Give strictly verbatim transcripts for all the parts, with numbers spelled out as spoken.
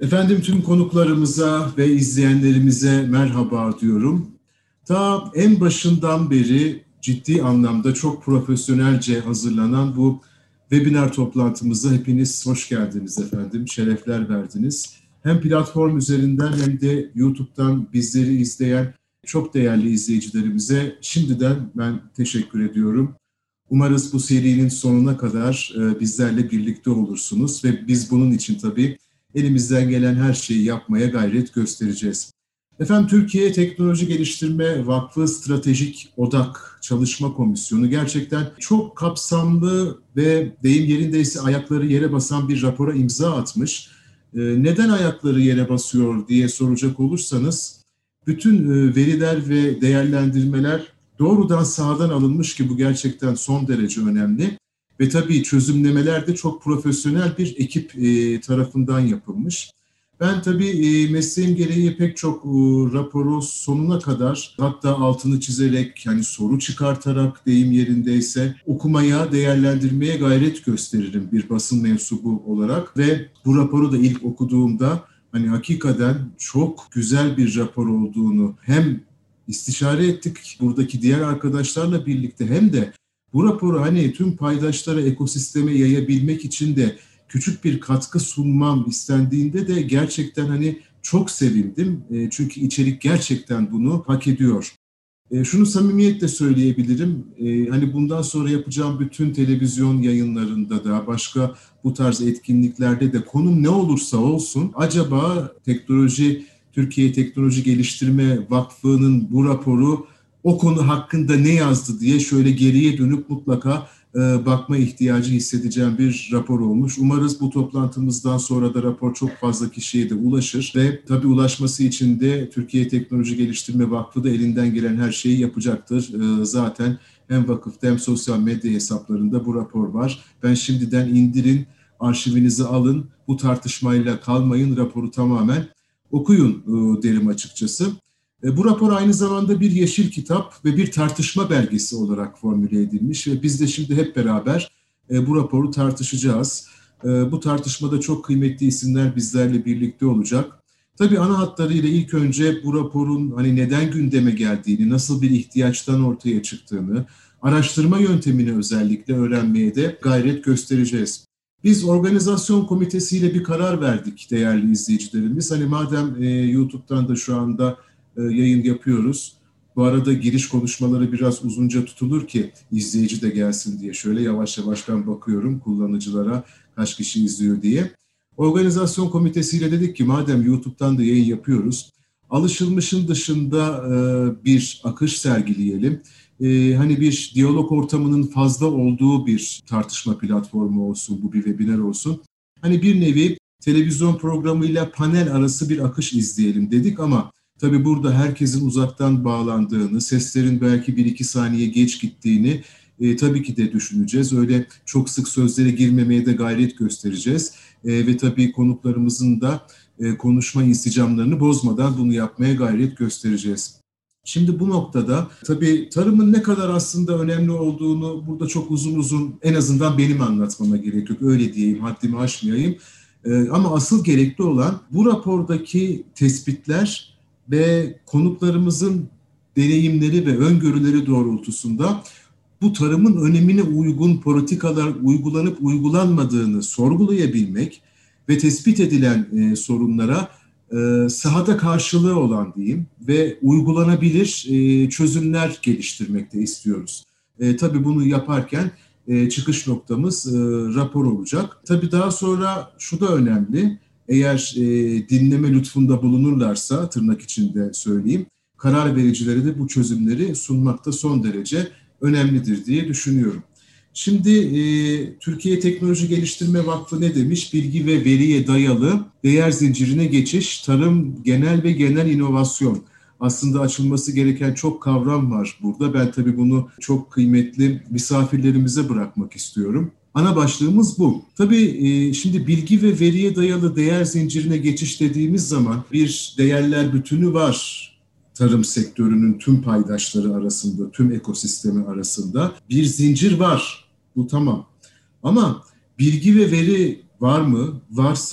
Efendim tüm konuklarımıza ve izleyenlerimize merhaba diyorum. Ta en başından beri ciddi anlamda çok profesyonelce hazırlanan bu webinar toplantımıza hepiniz hoş geldiniz efendim, şerefler verdiniz. Hem platform üzerinden hem de YouTube'dan bizleri izleyen çok değerli izleyicilerimize şimdiden ben teşekkür ediyorum. Umarız bu serinin sonuna kadar bizlerle birlikte olursunuz ve biz bunun için tabii elimizden gelen her şeyi yapmaya gayret göstereceğiz. Efendim Türkiye Teknoloji Geliştirme Vakfı Stratejik Odak Çalışma Komisyonu gerçekten çok kapsamlı ve deyim yerindeyse ayakları yere basan bir rapora imza atmış. Neden ayakları yere basıyor diye soracak olursanız, bütün veriler ve değerlendirmeler doğrudan sahadan alınmış ki bu gerçekten son derece önemli. Ve tabii çözümlemeler de çok profesyonel bir ekip e, tarafından yapılmış. Ben tabii e, mesleğim gereği pek çok e, raporu sonuna kadar, hatta altını çizerek, yani soru çıkartarak deyim yerindeyse okumaya, değerlendirmeye gayret gösteririm bir basın mensubu olarak. Ve bu raporu da ilk okuduğumda hani hakikaten çok güzel bir rapor olduğunu hem istişare ettik buradaki diğer arkadaşlarla birlikte hem de bu raporu hani tüm paydaşlara, ekosisteme yayabilmek için de küçük bir katkı sunmam istendiğinde de gerçekten hani çok sevindim. E, çünkü içerik gerçekten bunu hak ediyor. E, şunu samimiyetle söyleyebilirim. E, hani bundan sonra yapacağım bütün televizyon yayınlarında da başka bu tarz etkinliklerde de konum ne olursa olsun acaba teknoloji Türkiye Teknoloji Geliştirme Vakfı'nın bu raporu o konu hakkında ne yazdı diye şöyle geriye dönüp mutlaka e, bakma ihtiyacı hissedeceğim bir rapor olmuş. Umarız bu toplantımızdan sonra da rapor çok fazla kişiye de ulaşır ve tabii ulaşması için de Türkiye Teknoloji Geliştirme Vakfı da elinden gelen her şeyi yapacaktır. E, zaten hem vakıfta hem sosyal medya hesaplarında bu rapor var. Ben şimdiden indirin, arşivinizi alın, bu tartışmayla kalmayın, raporu tamamen okuyun e, derim açıkçası. Bu rapor aynı zamanda bir yeşil kitap ve bir tartışma belgesi olarak formüle edilmiş ve biz de şimdi hep beraber bu raporu tartışacağız. Bu tartışmada çok kıymetli isimler bizlerle birlikte olacak. Tabii ana hatlarıyla ilk önce bu raporun hani neden gündeme geldiğini, nasıl bir ihtiyaçtan ortaya çıktığını, araştırma yöntemini özellikle öğrenmeye de gayret göstereceğiz. Biz organizasyon komitesiyle bir karar verdik değerli izleyicilerimiz. Hani madem YouTube'dan da şu anda yayın yapıyoruz. Bu arada giriş konuşmaları biraz uzunca tutulur ki izleyici de gelsin diye. Şöyle yavaş yavaş ben bakıyorum kullanıcılara kaç kişi izliyor diye. Organizasyon komitesiyle dedik ki madem YouTube'dan da yayın yapıyoruz, alışılmışın dışında bir akış sergileyelim. Hani bir diyalog ortamının fazla olduğu bir tartışma platformu olsun, bu bir webinar olsun. Hani bir nevi televizyon programıyla panel arası bir akış izleyelim dedik ama tabii burada herkesin uzaktan bağlandığını, seslerin belki bir iki saniye geç gittiğini e, tabii ki de düşüneceğiz. Öyle çok sık sözlere girmemeye de gayret göstereceğiz. E, ve tabii konuklarımızın da e, konuşma insicamlarını bozmadan bunu yapmaya gayret göstereceğiz. Şimdi bu noktada tabii tarımın ne kadar aslında önemli olduğunu burada çok uzun uzun en azından benim anlatmama gerek yok. Öyle diyeyim, haddimi aşmayayım. E, ama asıl gerekli olan bu rapordaki tespitler ve konuklarımızın deneyimleri ve öngörüleri doğrultusunda bu tarımın önemine uygun politikalar uygulanıp uygulanmadığını sorgulayabilmek ve tespit edilen e, sorunlara e, sahada karşılığı olan diyeyim ve uygulanabilir e, çözümler geliştirmek de istiyoruz. E, tabii bunu yaparken e, çıkış noktamız e, rapor olacak. Tabii daha sonra şu da önemli. Eğer e, dinleme lütfunda bulunurlarsa, tırnak içinde söyleyeyim, karar vericilere de bu çözümleri sunmakta son derece önemlidir diye düşünüyorum. Şimdi e, Türkiye Teknoloji Geliştirme Vakfı ne demiş? Bilgi ve veriye dayalı değer zincirine geçiş, tarım, genel ve genel inovasyon. Aslında açılması gereken çok kavram var burada. Ben tabii bunu çok kıymetli misafirlerimize bırakmak istiyorum. Ana başlığımız bu. Tabii şimdi bilgi ve veriye dayalı değer zincirine geçiş dediğimiz zaman bir değerler bütünü var. Tarım sektörünün tüm paydaşları arasında, tüm ekosistemi arasında bir zincir var. Bu tamam. Ama bilgi ve veri var mı? Varsa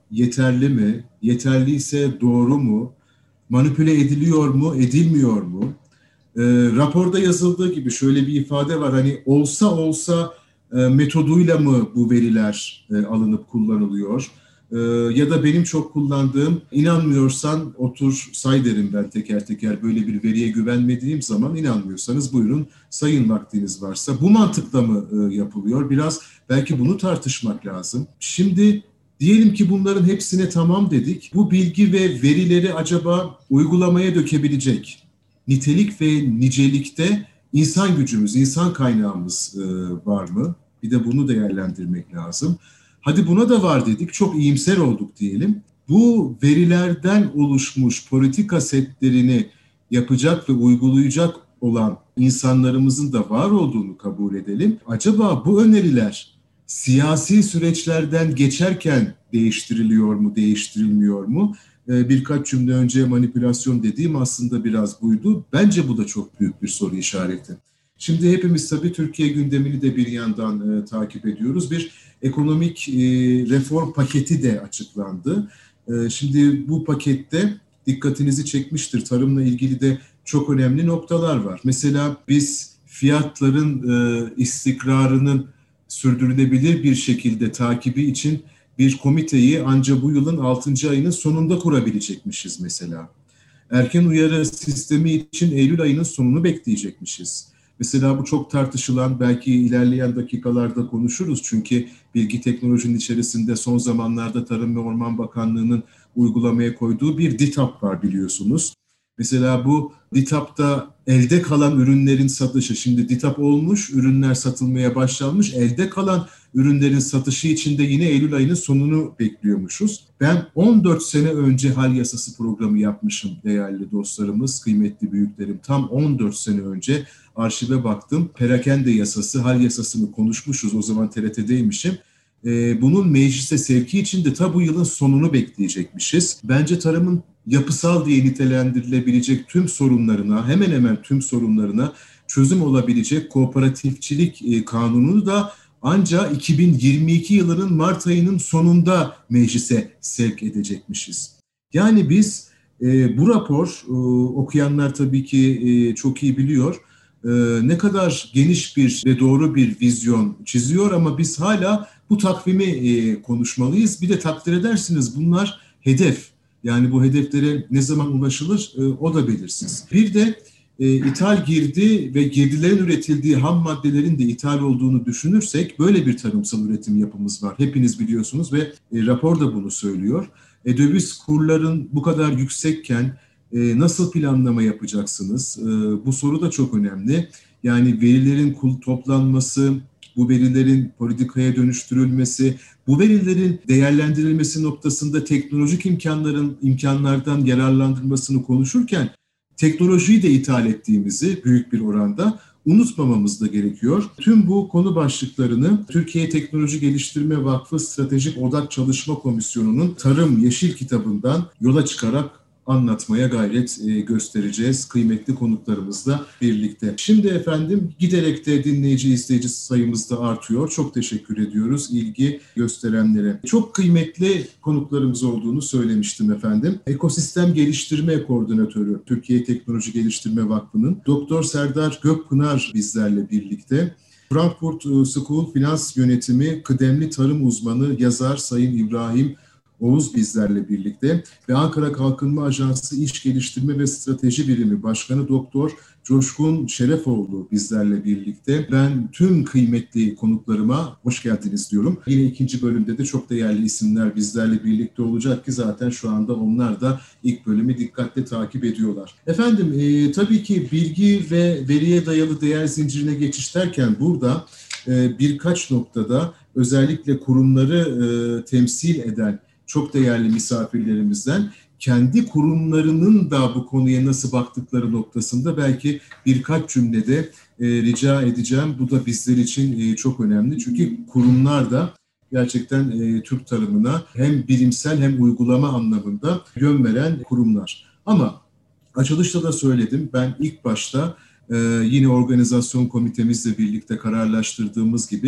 yeterli mi? Yeterliyse doğru mu? Manipüle ediliyor mu, edilmiyor mu? E, raporda yazıldığı gibi şöyle bir ifade var. Hani olsa olsa e, metoduyla mı bu veriler e, alınıp kullanılıyor? E, ya da benim çok kullandığım, inanmıyorsan otur say derim ben teker teker, böyle bir veriye güvenmediğim zaman. İnanmıyorsanız buyurun sayın, vaktiniz varsa. Bu mantıkla mı e, yapılıyor? Biraz belki bunu tartışmak lazım. Şimdi diyelim ki bunların hepsine tamam dedik. Bu bilgi ve verileri acaba uygulamaya dökebilecek nitelik ve nicelikte insan gücümüz, insan kaynağımız e, var mı? Bir de bunu değerlendirmek lazım. Hadi buna da var dedik, çok iyimser olduk diyelim. Bu verilerden oluşmuş politika setlerini yapacak ve uygulayacak olan insanlarımızın da var olduğunu kabul edelim. Acaba bu öneriler siyasi süreçlerden geçerken değiştiriliyor mu, değiştirilmiyor mu? Birkaç cümle önce manipülasyon dediğim aslında biraz buydu. Bence bu da çok büyük bir soru işareti. Şimdi hepimiz tabii Türkiye gündemini de bir yandan e, takip ediyoruz. Bir ekonomik e, reform paketi de açıklandı. E, şimdi bu pakette dikkatinizi çekmiştir. Tarımla ilgili de çok önemli noktalar var. Mesela biz fiyatların e, istikrarının sürdürülebilir bir şekilde takibi için bir komiteyi ancak bu yılın altıncı ayının sonunda kurabilecekmişiz mesela. Erken uyarı sistemi için Eylül ayının sonunu bekleyecekmişiz. Mesela bu çok tartışılan, belki ilerleyen dakikalarda konuşuruz. Çünkü bilgi teknolojinin içerisinde son zamanlarda Tarım ve Orman Bakanlığı'nın uygulamaya koyduğu bir DİTAP var biliyorsunuz. Mesela bu DİTAP'ta elde kalan ürünlerin satışı, şimdi DİTAP olmuş, ürünler satılmaya başlanmış, elde kalan ürünlerin satışı için de yine Eylül ayının sonunu bekliyormuşuz. Ben on dört sene önce hal yasası programı yapmışım değerli dostlarımız, kıymetli büyüklerim. Tam on dört sene önce arşive baktım. Perakende yasası, hal yasasını konuşmuşuz. O zaman T R T'deymişim. Ee, bunun meclise sevki için de ta bu yılın sonunu bekleyecekmişiz. Bence tarımın yapısal diye nitelendirilebilecek tüm sorunlarına, hemen hemen tüm sorunlarına çözüm olabilecek kooperatifçilik e, kanununu da ancak iki bin yirmi iki yılının Mart ayının sonunda meclise sevk edecekmişiz. Yani biz e, bu rapor, e, okuyanlar tabii ki e, çok iyi biliyor, e, ne kadar geniş bir ve doğru bir vizyon çiziyor ama biz hala bu takvimi e, konuşmalıyız. Bir de takdir edersiniz bunlar hedef. Yani bu hedeflere ne zaman ulaşılır e, o da belirsiz. Bir de e, ithal girdi ve girdilerin üretildiği ham maddelerin de ithal olduğunu düşünürsek böyle bir tarımsal üretim yapımız var. Hepiniz biliyorsunuz ve e, rapor da bunu söylüyor. E, döviz kurların bu kadar yüksekken e, nasıl planlama yapacaksınız? E, bu soru da çok önemli. Yani verilerin toplanması, bu verilerin politikaya dönüştürülmesi, bu verilerin değerlendirilmesi noktasında teknolojik imkanların imkanlardan yararlandırılmasını konuşurken teknolojiyi de ithal ettiğimizi büyük bir oranda unutmamamız da gerekiyor. Tüm bu konu başlıklarını Türkiye Teknoloji Geliştirme Vakfı Stratejik Odak Çalışma Komisyonu'nun Tarım Yeşil kitabından yola çıkarak anlatmaya gayret e, göstereceğiz kıymetli konuklarımızla birlikte. Şimdi efendim giderek de dinleyici izleyici sayımız da artıyor. Çok teşekkür ediyoruz ilgi gösterenlere. Çok kıymetli konuklarımız olduğunu söylemiştim efendim. Ekosistem Geliştirme Koordinatörü Türkiye Teknoloji Geliştirme Vakfı'nın Doktor Serdar Gökpınar bizlerle birlikte. Frankfurt School Finans Yönetimi kıdemli tarım uzmanı yazar Sayın İbrahim Oğuz bizlerle birlikte ve Ankara Kalkınma Ajansı İş Geliştirme ve Strateji Birimi Başkanı Doktor Coşkun Şerefoğlu bizlerle birlikte. Ben tüm kıymetli konuklarıma hoş geldiniz diyorum. Yine ikinci bölümde de çok değerli isimler bizlerle birlikte olacak ki zaten şu anda onlar da ilk bölümü dikkatle takip ediyorlar. Efendim e, tabii ki bilgi ve veriye dayalı değer zincirine geçiş derken burada e, birkaç noktada özellikle kurumları e, temsil eden çok değerli misafirlerimizden kendi kurumlarının da bu konuya nasıl baktıkları noktasında belki birkaç cümlede e, rica edeceğim. Bu da bizler için e, çok önemli. Çünkü kurumlar da gerçekten e, Türk tarımına hem bilimsel hem uygulama anlamında yön veren kurumlar. Ama açılışta da söyledim, ben ilk başta e, yine organizasyon komitemizle birlikte kararlaştırdığımız gibi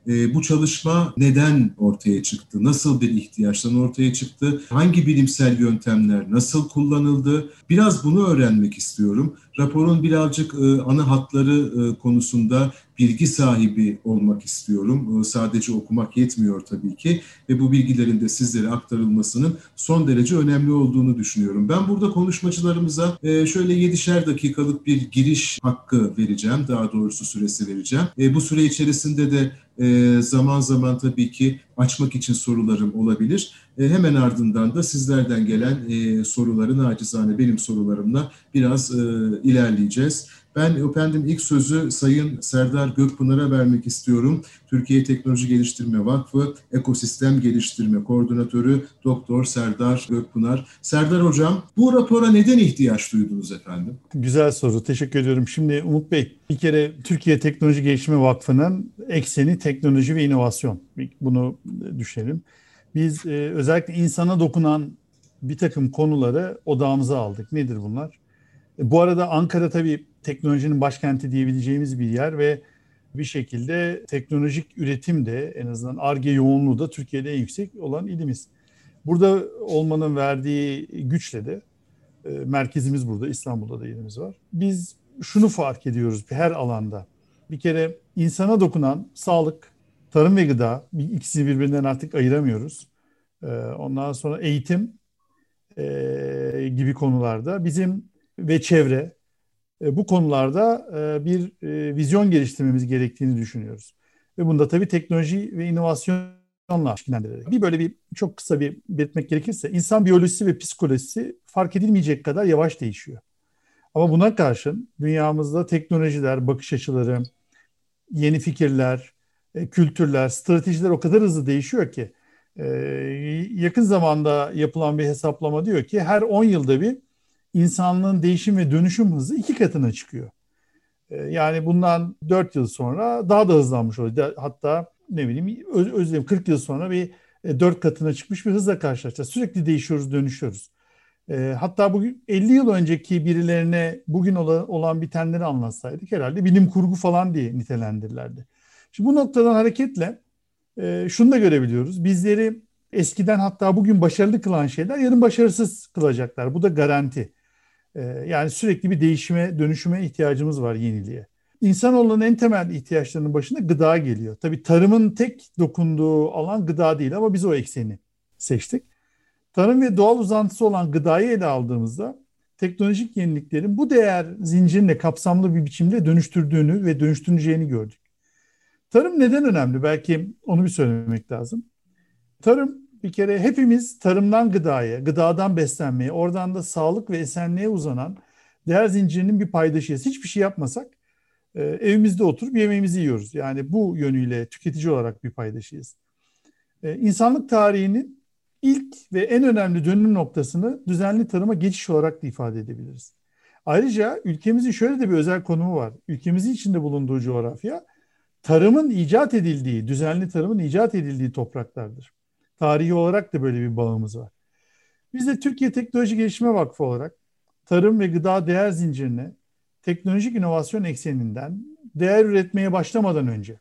E, bu çalışma neden ortaya çıktı? Nasıl bir ihtiyaçtan ortaya çıktı? Hangi bilimsel yöntemler nasıl kullanıldı? Biraz bunu öğrenmek istiyorum. Raporun birazcık e, ana hatları e, konusunda bilgi sahibi olmak istiyorum. E, sadece okumak yetmiyor tabii ki ve bu bilgilerin de sizlere aktarılmasının son derece önemli olduğunu düşünüyorum. Ben burada konuşmacılarımıza e, şöyle yedişer dakikalık bir giriş hakkı vereceğim. Daha doğrusu süresi vereceğim. E, bu süre içerisinde de e, zaman zaman tabii ki açmak için sorularım olabilir. E, hemen ardından da sizlerden gelen e, soruları nacizane benim sorularımla biraz e, ilerleyeceğiz. Ben efendim ilk sözü Sayın Serdar Gökpınar'a vermek istiyorum. Türkiye Teknoloji Geliştirme Vakfı Ekosistem Geliştirme Koordinatörü Doktor Serdar Gökpınar. Serdar Hocam, bu rapora neden ihtiyaç duydunuz efendim? Güzel soru. Teşekkür ediyorum. Şimdi Umut Bey, bir kere Türkiye Teknoloji Geliştirme Vakfı'nın ekseni teknoloji ve inovasyon. Bunu düşünelim. Biz e, özellikle insana dokunan bir takım konuları odağımıza aldık. Nedir bunlar? E, bu arada Ankara tabii teknolojinin başkenti diyebileceğimiz bir yer ve bir şekilde teknolojik üretim de en azından Ar-Ge yoğunluğu da Türkiye'de en yüksek olan ilimiz. Burada olmanın verdiği güçle de e, merkezimiz burada, İstanbul'da da yerimiz var. Biz şunu fark ediyoruz her alanda. Bir kere insana dokunan sağlık, tarım ve gıda, ikisini birbirinden artık ayıramıyoruz. E, ondan sonra eğitim e, gibi konularda bizim ve çevre e, bu konularda e, bir e, vizyon geliştirmemiz gerektiğini düşünüyoruz. Ve bunda tabii teknoloji ve inovasyonla ilişkilendirerek. Bir böyle bir çok kısa bir belirtmek gerekirse insan biyolojisi ve psikolojisi fark edilmeyecek kadar yavaş değişiyor. Ama buna karşın dünyamızda teknolojiler, bakış açıları, yeni fikirler, e, kültürler, stratejiler o kadar hızlı değişiyor ki e, yakın zamanda yapılan bir hesaplama diyor ki her on yılda bir insanlığın değişim ve dönüşüm hızı iki katına çıkıyor. Yani bundan dört yıl sonra daha da hızlanmış oluyor. Hatta ne bileyim özlem kırk yıl sonra bir dört katına çıkmış bir hızla karşılaşacağız. Sürekli değişiyoruz, dönüşüyoruz. Hatta bugün elli yıl önceki birilerine bugün olan bitenleri anlatsaydık herhalde bilim kurgu falan diye nitelendirirlerdi. Şimdi bu noktadan hareketle şunu da görebiliyoruz. Bizleri eskiden hatta bugün başarılı kılan şeyler yarın başarısız kılacaklar. Bu da garanti. Yani sürekli bir değişime, dönüşüme ihtiyacımız var, yeniliğe. İnsanoğlunun en temel ihtiyaçlarının başında gıda geliyor. Tabii tarımın tek dokunduğu alan gıda değil ama biz o ekseni seçtik. Tarım ve doğal uzantısı olan gıdayı ele aldığımızda teknolojik yeniliklerin bu değer zincirine kapsamlı bir biçimde dönüştürdüğünü ve dönüştüreceğini gördük. Tarım neden önemli? Belki onu bir söylemek lazım. Tarım bir kere hepimiz tarımdan gıdaya, gıdadan beslenmeye, oradan da sağlık ve esenliğe uzanan değer zincirinin bir paydaşıyız. Hiçbir şey yapmasak e, evimizde oturup yemeğimizi yiyoruz. Yani bu yönüyle tüketici olarak bir paydaşıyız. E, insanlık tarihinin ilk ve en önemli dönüm noktasını düzenli tarıma geçiş olarak da ifade edebiliriz. Ayrıca ülkemizin şöyle de bir özel konumu var. Ülkemizin içinde bulunduğu coğrafya tarımın icat edildiği, düzenli tarımın icat edildiği topraklardır. Tarihi olarak da böyle bir bağımız var. Biz de Türkiye Teknoloji Geliştirme Vakfı olarak tarım ve gıda değer zincirine teknolojik inovasyon ekseninden değer üretmeye başlamadan önce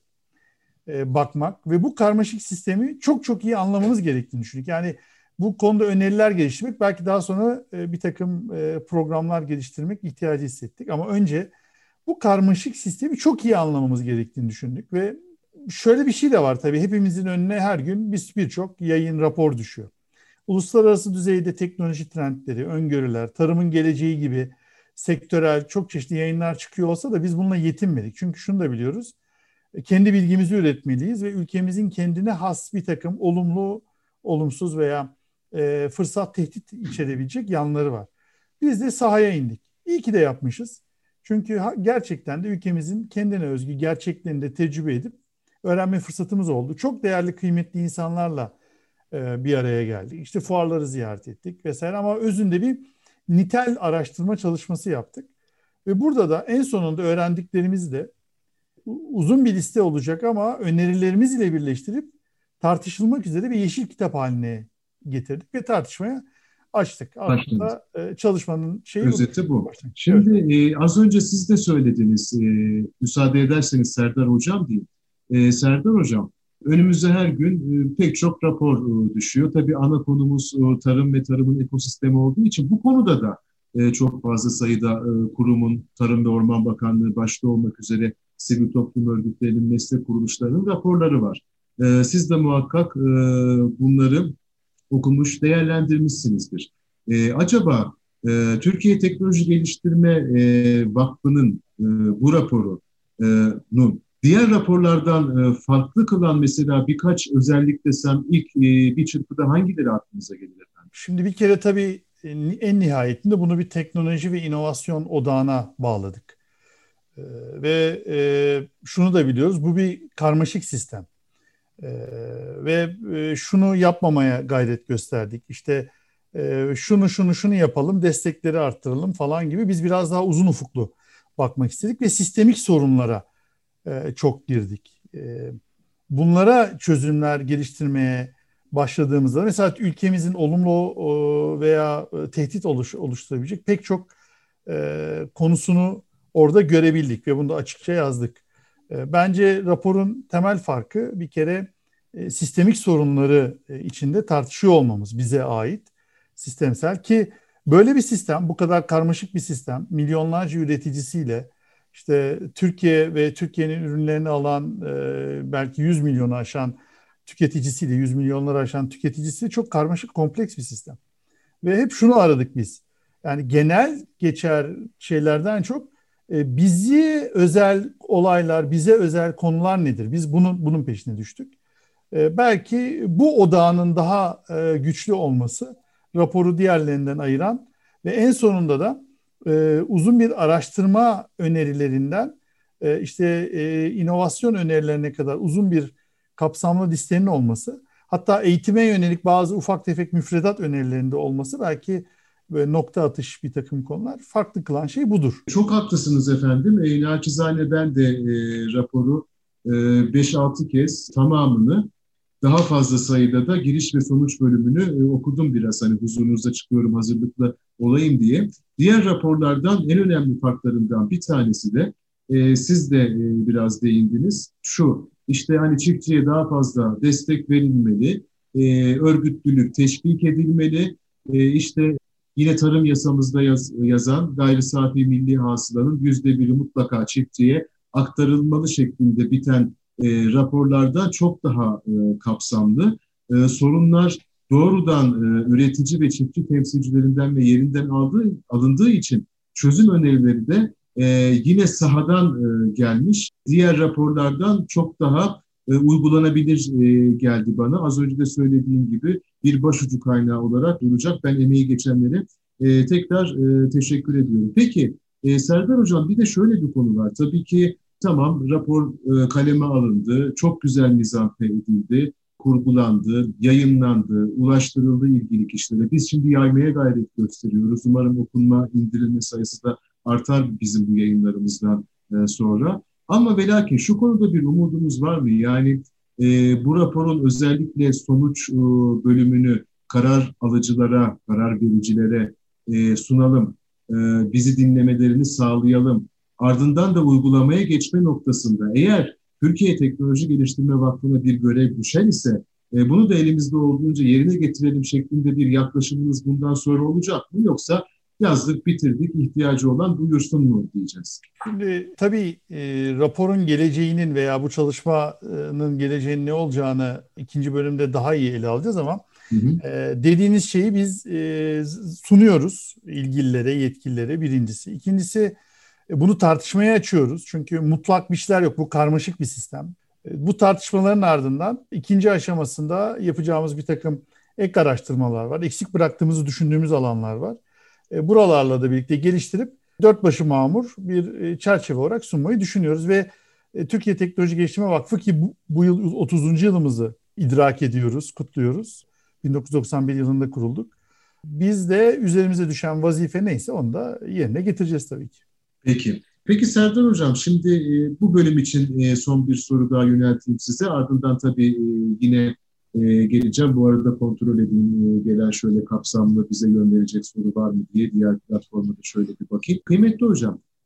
e, bakmak ve bu karmaşık sistemi çok çok iyi anlamamız gerektiğini düşündük. Yani bu konuda öneriler geliştirmek, belki daha sonra e, bir takım e, programlar geliştirmek ihtiyacı hissettik. Ama önce bu karmaşık sistemi çok iyi anlamamız gerektiğini düşündük ve şöyle bir şey de var tabii, hepimizin önüne her gün birçok yayın, rapor düşüyor. Uluslararası düzeyde teknoloji trendleri, öngörüler, tarımın geleceği gibi sektörel çok çeşitli yayınlar çıkıyor olsa da biz bununla yetinmedik. Çünkü şunu da biliyoruz, kendi bilgimizi üretmeliyiz ve ülkemizin kendine has bir takım olumlu, olumsuz veya e, fırsat, tehdit içerebilecek yanları var. Biz de sahaya indik. İyi ki de yapmışız. Çünkü gerçekten de ülkemizin kendine özgü gerçeklerini de tecrübe edip öğrenme fırsatımız oldu. Çok değerli, kıymetli insanlarla e, bir araya geldik. İşte fuarları ziyaret ettik vesaire ama özünde bir nitel araştırma çalışması yaptık. Ve burada da en sonunda öğrendiklerimizi de uzun bir liste olacak ama önerilerimiz ile birleştirip tartışılmak üzere bir yeşil kitap haline getirdik ve tartışmaya açtık. Aslında e, çalışmanın şeyi özeti bu. bu. Şimdi evet. e, az önce siz de söylediniz, e, müsaade ederseniz Serdar Hocam diyeyim. E, Serdar Hocam, Önümüze her gün e, pek çok rapor e, düşüyor. Tabii ana konumuz e, tarım ve tarımın ekosistemi olduğu için bu konuda da e, çok fazla sayıda e, kurumun, Tarım ve Orman Bakanlığı başta olmak üzere sivil toplum örgütlerinin, meslek kuruluşlarının raporları var. E, siz de muhakkak e, bunları okumuş, değerlendirmişsinizdir. E, acaba e, Türkiye Teknoloji Geliştirme e, Vakfı'nın e, bu raporunu diğer raporlardan e, farklı kılan mesela birkaç özellik desem ilk e, bir çırpıda hangileri aklınıza gelir efendim? Şimdi bir kere tabii en nihayetinde bunu bir teknoloji ve inovasyon odağına bağladık. Ee, ve e, şunu da biliyoruz, bu bir karmaşık sistem. Ee, ve e, şunu yapmamaya gayret gösterdik. İşte e, şunu şunu şunu yapalım, destekleri arttıralım falan gibi biz biraz daha uzun ufuklu bakmak istedik ve sistemik sorunlara e, çok girdik. E, bunlara çözümler geliştirmeye başladığımızda mesela ülkemizin olumlu e, veya e, tehdit oluş, oluşturabilecek pek çok e, konusunu orada görebildik ve bunu da açıkça yazdık. E, bence raporun temel farkı bir kere e, sistemik sorunları e, içinde tartışıyor olmamız, bize ait sistemsel, ki böyle bir sistem, bu kadar karmaşık bir sistem, milyonlarca üreticisiyle işte Türkiye ve Türkiye'nin ürünlerini alan e, belki yüz milyonu aşan tüketicisiyle, yüz milyonları aşan tüketicisiyle çok karmaşık, kompleks bir sistem. Ve hep şunu aradık biz. Yani genel geçer şeylerden çok e, bizi özel olaylar, bize özel konular nedir? Biz bunun bunun peşine düştük. E, belki bu odağının daha e, güçlü olması raporu diğerlerinden ayıran ve en sonunda da e, uzun bir araştırma önerilerinden e, işte e, inovasyon önerilerine kadar uzun bir kapsamlı listenin olması, hatta eğitime yönelik bazı ufak tefek müfredat önerilerinde olması belki böyle nokta atış bir takım konular, farklı kılan şey budur. Çok haklısınız efendim. E, naçizane ben de e, raporu e, beş altı kez tamamını, daha fazla sayıda da giriş ve sonuç bölümünü e, okudum biraz. Hani huzurunuza çıkıyorum hazırlıklı olayım diye. Diğer raporlardan en önemli farklarından bir tanesi de e, siz de e, biraz değindiniz. Şu, işte hani çiftçiye daha fazla destek verilmeli, e, örgütlülük teşvik edilmeli, e, işte yine tarım yasamızda yaz, yazan gayri safi milli hasılanın yüzde biri mutlaka çiftçiye aktarılmalı şeklinde biten e, raporlardan çok daha e, kapsamlı. E, sorunlar doğrudan e, üretici ve çiftçi temsilcilerinden ve yerinden aldığı, alındığı için çözüm önerileri de e, yine sahadan e, gelmiş. Diğer raporlardan çok daha e, uygulanabilir e, geldi bana. Az önce de söylediğim gibi bir başucu kaynağı olarak duracak. Ben emeği geçenlere e, tekrar e, teşekkür ediyorum. Peki e, Serdar Hocam, bir de şöyle bir konu var. Tabii ki tamam, rapor e, kaleme alındı, çok güzel mizanfe edildi, kurgulandı, yayınlandı, ulaştırıldı ilgili kişilere. Biz şimdi yaymaya gayret gösteriyoruz. Umarım okunma, indirilme sayısı da artar bizim bu yayınlarımızdan e, sonra. Ama ve lakin şu konuda bir umudumuz var mı? Yani e, bu raporun özellikle sonuç e, bölümünü karar alıcılara, karar vericilere e, sunalım, e, bizi dinlemelerini sağlayalım. Ardından da uygulamaya geçme noktasında eğer Türkiye Teknoloji Geliştirme Vakfı'na bir görev düşer ise e, bunu da elimizde olduğunca yerine getirelim şeklinde bir yaklaşımımız bundan sonra olacak mı? Yoksa yazdık, bitirdik, ihtiyacı olan buyursun mu diyeceğiz? Şimdi tabii e, raporun geleceğinin veya bu çalışmanın geleceğinin ne olacağını ikinci bölümde daha iyi ele alacağız ama hı hı. E, dediğiniz şeyi biz e, sunuyoruz ilgililere, yetkililere, birincisi. İkincisi, bunu tartışmaya açıyoruz. Çünkü mutlak bir şeyler yok. Bu karmaşık bir sistem. Bu tartışmaların ardından ikinci aşamasında yapacağımız bir takım ek araştırmalar var. Eksik bıraktığımızı düşündüğümüz alanlar var. Buralarla da birlikte geliştirip dört başı mamur bir çerçeve olarak sunmayı düşünüyoruz. Ve Türkiye Teknoloji Geliştirme Vakfı, ki bu, bu yıl otuzuncu yılımızı idrak ediyoruz, kutluyoruz. bin dokuz yüz doksan bir yılında kurulduk. Biz de üzerimize düşen vazife neyse onu da yerine getireceğiz tabii ki. Peki. Peki Serdar Hocam, şimdi e, bu bölüm için e, son bir soru daha yönelteyim size. Ardından tabii e, yine e, geleceğim. Bu arada kontrol edeyim e, gelen şöyle kapsamlı bize yön verecek soru var mı diye diğer platforma da şöyle bir bakayım. Kıymetli hocam,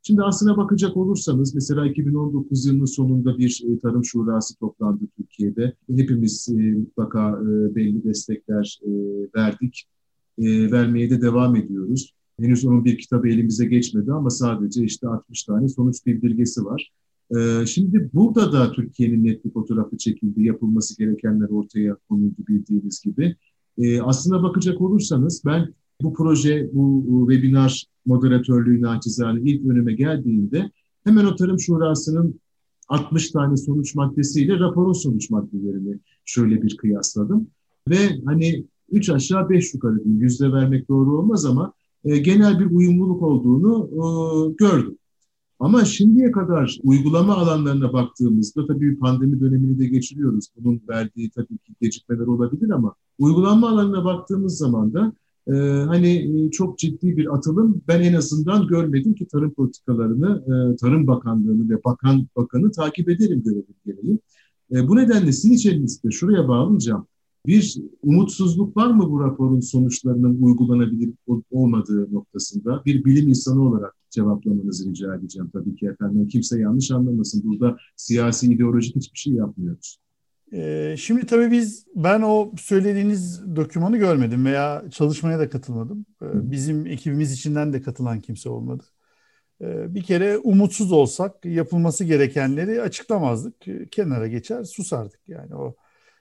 Şimdi aslına bakacak olursanız mesela iki bin on dokuz yılının sonunda bir e, tarım şurası toplandı Türkiye'de. Hepimiz e, mutlaka e, belli destekler e, verdik. E, vermeye de devam ediyoruz. Henüz onun bir kitabı elimize geçmedi ama sadece işte altmış tane sonuç bildirgesi var. E, şimdi burada da Türkiye'nin net bir fotoğrafı çekildi. Yapılması gerekenler ortaya konuldu bildiğiniz gibi. E, aslına bakacak olursanız ben bu proje, bu, bu webinar moderatörlüğü naçizane ilk önüme geldiğinde hemen o Tarım Şurası'nın altmış tane sonuç maddesiyle raporun sonuç maddelerini şöyle bir kıyasladım. Ve hani üç aşağı beş yukarı diyeyim, yüzde vermek doğru olmaz ama e, genel bir uyumluluk olduğunu e, gördüm. Ama şimdiye kadar uygulama alanlarına baktığımızda tabii bir pandemi dönemini de geçiriyoruz. Bunun verdiği tabii ki gecikmeler olabilir ama uygulama alanına baktığımız zaman da e, hani çok ciddi bir atılım ben en azından görmedim ki tarım politikalarını, e, Tarım Bakanlığı'nı ve Bakan Bakanı takip ederim görevim gereği. E, bu nedenle sizin içerisinde şuraya bağlayacağım. Bir umutsuzluk var mı bu raporun sonuçlarının uygulanabilir olmadığı noktasında? Bir bilim insanı olarak cevaplamanızı rica edeceğim tabii ki efendim. Kimse yanlış anlamasın. Burada siyasi, ideolojik hiçbir şey yapmıyoruz. Ee, şimdi tabii biz, ben o söylediğiniz dokümanı görmedim veya çalışmaya da katılmadım. Ee, bizim ekibimiz içinden de katılan kimse olmadı. Ee, bir kere umutsuz olsak yapılması gerekenleri açıklamazdık. Kenara geçer, susardık. Yani o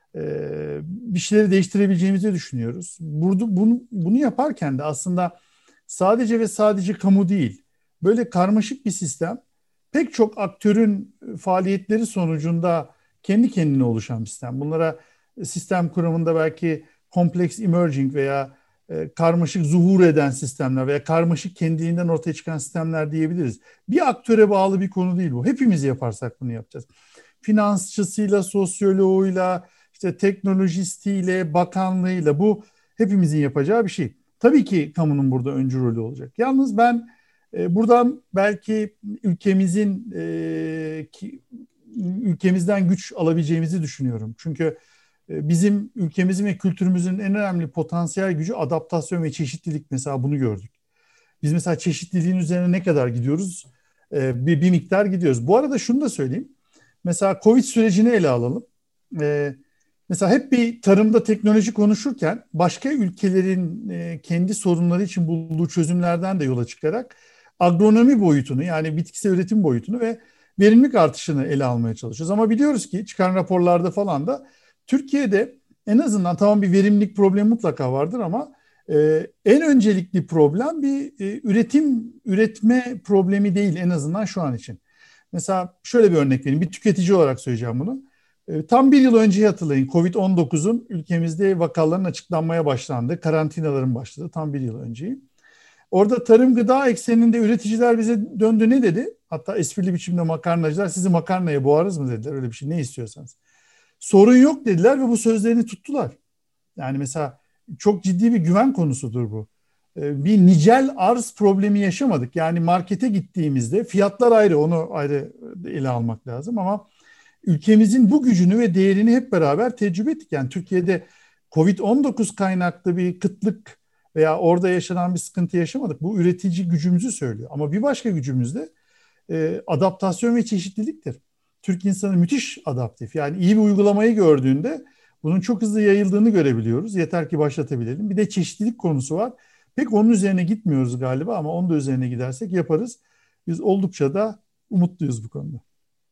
e, bir şeyleri değiştirebileceğimizi düşünüyoruz. Burada bunu, bunu yaparken de aslında sadece ve sadece kamu değil, böyle karmaşık bir sistem, pek çok aktörün faaliyetleri sonucunda kendi kendine oluşan bir sistem. Bunlara sistem kuramında belki complex emerging veya e, karmaşık zuhur eden sistemler veya karmaşık kendiliğinden ortaya çıkan sistemler diyebiliriz. Bir aktöre bağlı bir konu değil bu. Hepimiz yaparsak bunu yapacağız. Finansçısıyla, sosyoloğuyla, işte teknolojistiyle, bakanlığıyla, bu hepimizin yapacağı bir şey. Tabii ki kamunun burada öncü rolü olacak. Yalnız ben e, buradan belki ülkemizin e, ki, ülkemizden güç alabileceğimizi düşünüyorum. Çünkü e, bizim ülkemizin ve kültürümüzün en önemli potansiyel gücü adaptasyon ve çeşitlilik. Mesela bunu gördük. Biz mesela çeşitliliğin üzerine ne kadar gidiyoruz? E, bir, bir miktar gidiyoruz. Bu arada şunu da söyleyeyim. Mesela Covid sürecini ele alalım. E, mesela hep bir tarımda teknoloji konuşurken başka ülkelerin e, kendi sorunları için bulduğu çözümlerden de yola çıkarak agronomi boyutunu, yani bitkisel üretim boyutunu ve verimlilik artışını ele almaya çalışıyoruz. Ama biliyoruz ki çıkan raporlarda falan da Türkiye'de en azından, tamam, bir verimlilik problemi mutlaka vardır ama e, en öncelikli problem bir e, üretim, üretme problemi değil, en azından şu an için. Mesela şöyle bir örnek vereyim. Bir tüketici olarak söyleyeceğim bunu. E, tam bir yıl önce hatırlayın, Covid on dokuzun ülkemizde vakaların açıklanmaya başlandı. Karantinaların başladı. Tam bir yıl önce. Orada tarım gıda ekseninde üreticiler bize döndü, ne dedi? Hatta esprili biçimde makarnacılar, sizi makarnaya boğarız mı dediler, öyle bir şey, ne istiyorsanız. Sorun yok dediler ve bu sözlerini tuttular. Yani mesela çok ciddi bir güven konusudur bu. Bir nicel arz problemi yaşamadık. Yani markete gittiğimizde fiyatlar ayrı, onu ayrı ele almak lazım ama ülkemizin bu gücünü ve değerini hep beraber tecrübe ettik. Yani Türkiye'de Covid on dokuz kaynaklı bir kıtlık veya orada yaşanan bir sıkıntı yaşamadık. Bu üretici gücümüzü söylüyor. Ama bir başka gücümüz de e, adaptasyon ve çeşitliliktir. Türk insanı müthiş adaptif. Yani iyi bir uygulamayı gördüğünde bunun çok hızlı yayıldığını görebiliyoruz. Yeter ki başlatabilelim. Bir de çeşitlilik konusu var. Pek onun üzerine gitmiyoruz galiba ama onun da üzerine gidersek yaparız. Biz oldukça da umutluyuz bu konuda.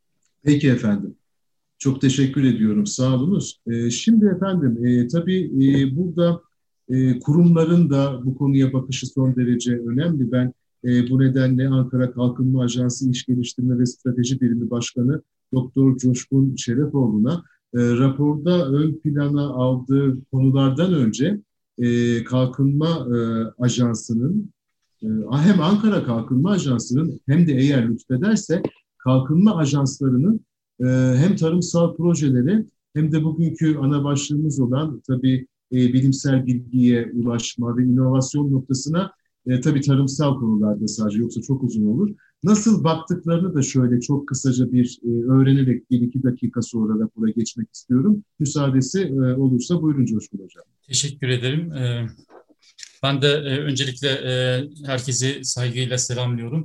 Peki efendim. Çok teşekkür ediyorum. Sağ olunuz. Ee, şimdi efendim e, tabii e, burada e, kurumların da bu konuya bakışı son derece önemli. Ben e, bu nedenle Ankara Kalkınma Ajansı İş Geliştirme ve Strateji Birimi Başkanı Doktor Coşkun Şerefoğlu'na e, raporda ön plana aldığı konulardan önce e, Kalkınma e, Ajansı'nın e, hem Ankara Kalkınma Ajansı'nın hem de eğer lütfederse kalkınma ajanslarının e, hem tarımsal projeleri hem de bugünkü ana başlığımız olan tabii e, bilimsel bilgiye ulaşma ve inovasyon noktasına e, tabii tarımsal konularda sadece, yoksa çok uzun olur. Nasıl baktıklarını da şöyle çok kısaca bir e, öğrenerek bir iki dakika sonra rapora geçmek istiyorum. Müsaadesi e, olursa buyurun Coşkun Hocam. Teşekkür ederim. Ben de öncelikle herkesi saygıyla selamlıyorum.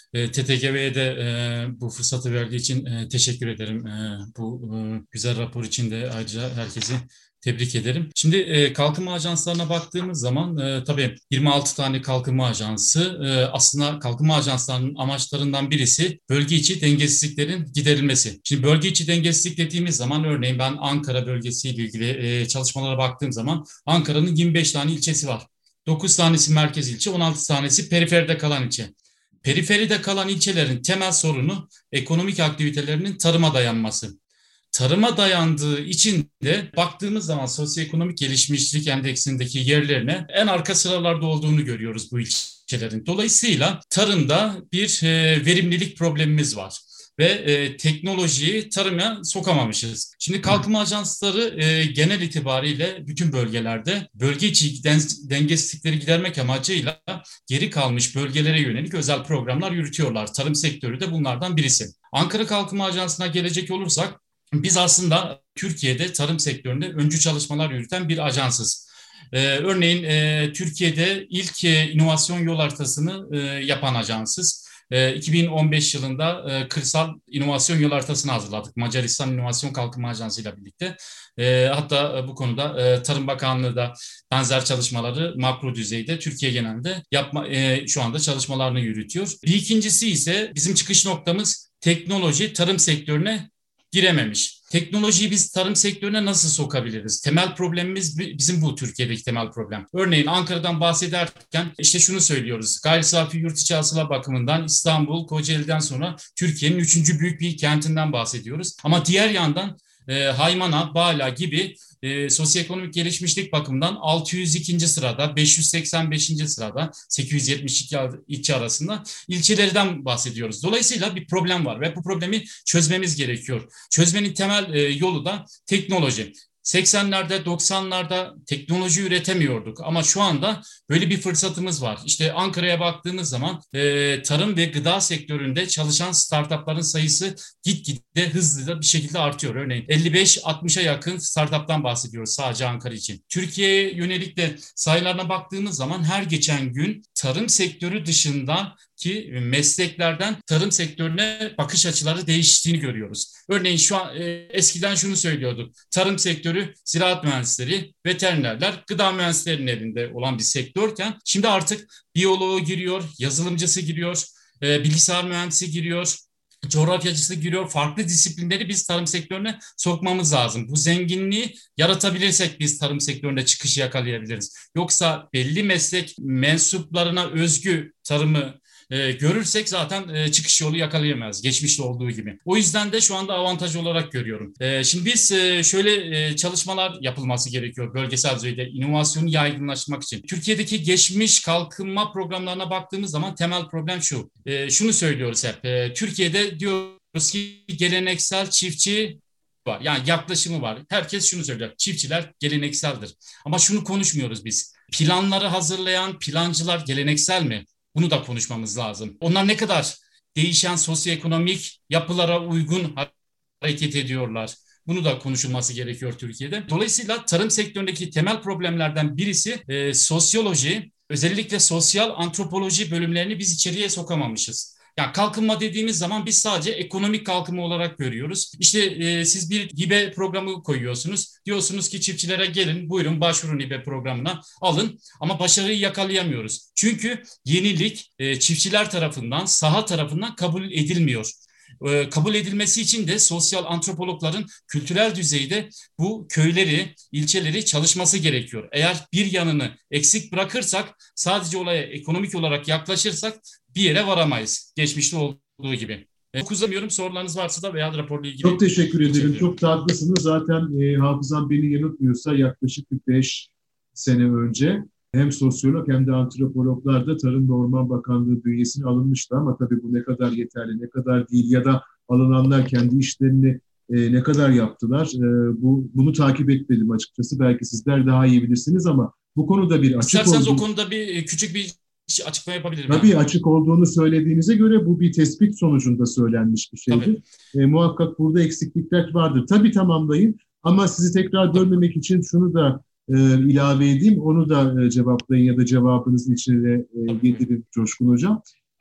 E, T T G V'ye de e, bu fırsatı verdiği için e, teşekkür ederim. E, bu e, güzel rapor için de ayrıca herkesi tebrik ederim. Şimdi e, kalkınma ajanslarına baktığımız zaman e, tabii yirmi altı tane kalkınma ajansı, e, aslında kalkınma ajanslarının amaçlarından birisi bölge içi dengesizliklerin giderilmesi. Şimdi bölge içi dengesizlik dediğimiz zaman örneğin ben Ankara bölgesiyle ilgili e, çalışmalara baktığım zaman Ankara'nın yirmi beş tane ilçesi var. dokuz tanesi merkez ilçe, on altı tanesi periferide kalan ilçe. Periferide kalan ilçelerin temel sorunu ekonomik aktivitelerinin tarıma dayanması. Tarıma dayandığı için de baktığımız zaman sosyoekonomik gelişmişlik endeksindeki yerlerine en arka sıralarda olduğunu görüyoruz bu ilçelerin. Dolayısıyla tarımda bir e, verimlilik problemimiz var ve e, teknolojiyi tarıma sokamamışız. Şimdi kalkınma ajansları e, genel itibariyle bütün bölgelerde bölge içi dengesizlikleri gidermek amacıyla geri kalmış bölgelere yönelik özel programlar yürütüyorlar. Tarım sektörü de bunlardan birisi. Ankara Kalkınma Ajansı'na gelecek olursak, biz aslında Türkiye'de tarım sektöründe öncü çalışmalar yürüten bir ajansız. Ee, örneğin e, Türkiye'de ilk e, inovasyon yol haritasını e, yapan ajansız. E, iki bin on beş yılında e, kırsal inovasyon yol haritasını hazırladık. Macaristan İnovasyon Kalkınma Ajansı ile birlikte. E, hatta e, bu konuda e, Tarım Bakanlığı da benzer çalışmaları makro düzeyde Türkiye genelinde yapma, e, şu anda çalışmalarını yürütüyor. Bir ikincisi ise bizim çıkış noktamız teknoloji tarım sektörüne girememiş. Teknolojiyi biz tarım sektörüne nasıl sokabiliriz? Temel problemimiz bizim bu, Türkiye'deki temel problem. Örneğin Ankara'dan bahsederken işte şunu söylüyoruz. Gayri safi yurt içi hasıla bakımından İstanbul, Kocaeli'den sonra Türkiye'nin üçüncü büyük bir kentinden bahsediyoruz. Ama diğer yandan e, Haymana, Bala gibi e, sosyoekonomik gelişmişlik bakımından altı yüz ikinci sırada, beş yüz seksen beşinci sırada, sekiz yüz yetmiş iki ilçe arasında ilçelerden bahsediyoruz. Dolayısıyla bir problem var ve bu problemi çözmemiz gerekiyor. Çözmenin temel e, yolu da teknoloji. seksenlerde, doksanlarda teknoloji üretemiyorduk ama şu anda böyle bir fırsatımız var. İşte Ankara'ya baktığımız zaman e, tarım ve gıda sektöründe çalışan startupların sayısı gitgide hızlı bir şekilde artıyor. Örneğin elli beş altmışa yakın startuptan bahsediyoruz sadece Ankara için. Türkiye'ye yönelik de sayılarına baktığımız zaman her geçen gün tarım sektörü dışında ki mesleklerden tarım sektörüne bakış açıları değiştiğini görüyoruz. Örneğin şu an e, eskiden şunu söylüyorduk. Tarım sektörü ziraat mühendisleri, veterinerler, gıda mühendislerinin elinde olan bir sektörken şimdi artık biyoloğu giriyor, yazılımcısı giriyor, e, bilgisayar mühendisi giriyor, coğrafyacısı giriyor. Farklı disiplinleri biz tarım sektörüne sokmamız lazım. Bu zenginliği yaratabilirsek biz tarım sektöründe çıkışı yakalayabiliriz. Yoksa belli meslek mensuplarına özgü tarımı e, görürsek zaten e, çıkış yolu yakalayamayız. Geçmişte olduğu gibi. O yüzden de şu anda avantaj olarak görüyorum. E, şimdi biz e, şöyle e, çalışmalar yapılması gerekiyor bölgesel düzeyde inovasyonu yaygınlaştırmak için. Türkiye'deki geçmiş kalkınma programlarına baktığımız zaman temel problem şu. E, şunu söylüyoruz hep. E, Türkiye'de diyoruz ki geleneksel çiftçi var. Yani yaklaşımı var. Herkes şunu söylüyor. Çiftçiler gelenekseldir. Ama şunu konuşmuyoruz biz. Planları hazırlayan plancılar geleneksel mi? Bunu da konuşmamız lazım. Onlar ne kadar değişen sosyoekonomik yapılara uygun hareket ediyorlar? Bunu da konuşulması gerekiyor Türkiye'de. Dolayısıyla tarım sektöründeki temel problemlerden birisi e, sosyoloji, özellikle sosyal antropoloji bölümlerini biz içeriye sokamamışız. Yani kalkınma dediğimiz zaman biz sadece ekonomik kalkınma olarak görüyoruz. İşte e, siz bir hibe programı koyuyorsunuz. Diyorsunuz ki çiftçilere gelin, buyurun başvurun hibe programına, alın. Ama başarıyı yakalayamıyoruz. Çünkü yenilik e, çiftçiler tarafından, saha tarafından kabul edilmiyor. E, kabul edilmesi için de sosyal antropologların kültürel düzeyde bu köyleri, ilçeleri çalışması gerekiyor. Eğer bir yanını eksik bırakırsak, sadece olaya ekonomik olarak yaklaşırsak bir yere varamayız. Geçmişte olduğu gibi. E, kuzamıyorum. Sorularınız varsa da veya raporla ilgili. Çok teşekkür ederim. Çok da haklısınız. Zaten e, hafızam beni yanıltmıyorsa yaklaşık kırk beş sene önce hem sosyolog hem de antropologlar da Tarım ve Orman Bakanlığı bünyesine alınmıştı ama tabii bu ne kadar yeterli, ne kadar değil ya da alınanlar kendi işlerini e, ne kadar yaptılar, e, bu bunu takip etmedim açıkçası. Belki sizler daha iyi bilirsiniz ama bu konuda bir açık İsterseniz olduğu... o konuda bir küçük bir açıklama yapabilirim. Tabii yani. Açık olduğunu söylediğinize göre bu bir tespit sonucunda söylenmiş bir şeydir. E, muhakkak burada eksiklikler vardır. Tabii tamamlayın ama sizi tekrar bölmemek için şunu da e, ilave edeyim. Onu da e, cevaplayın ya da cevabınızın içine e, getirin Coşkun Hocam.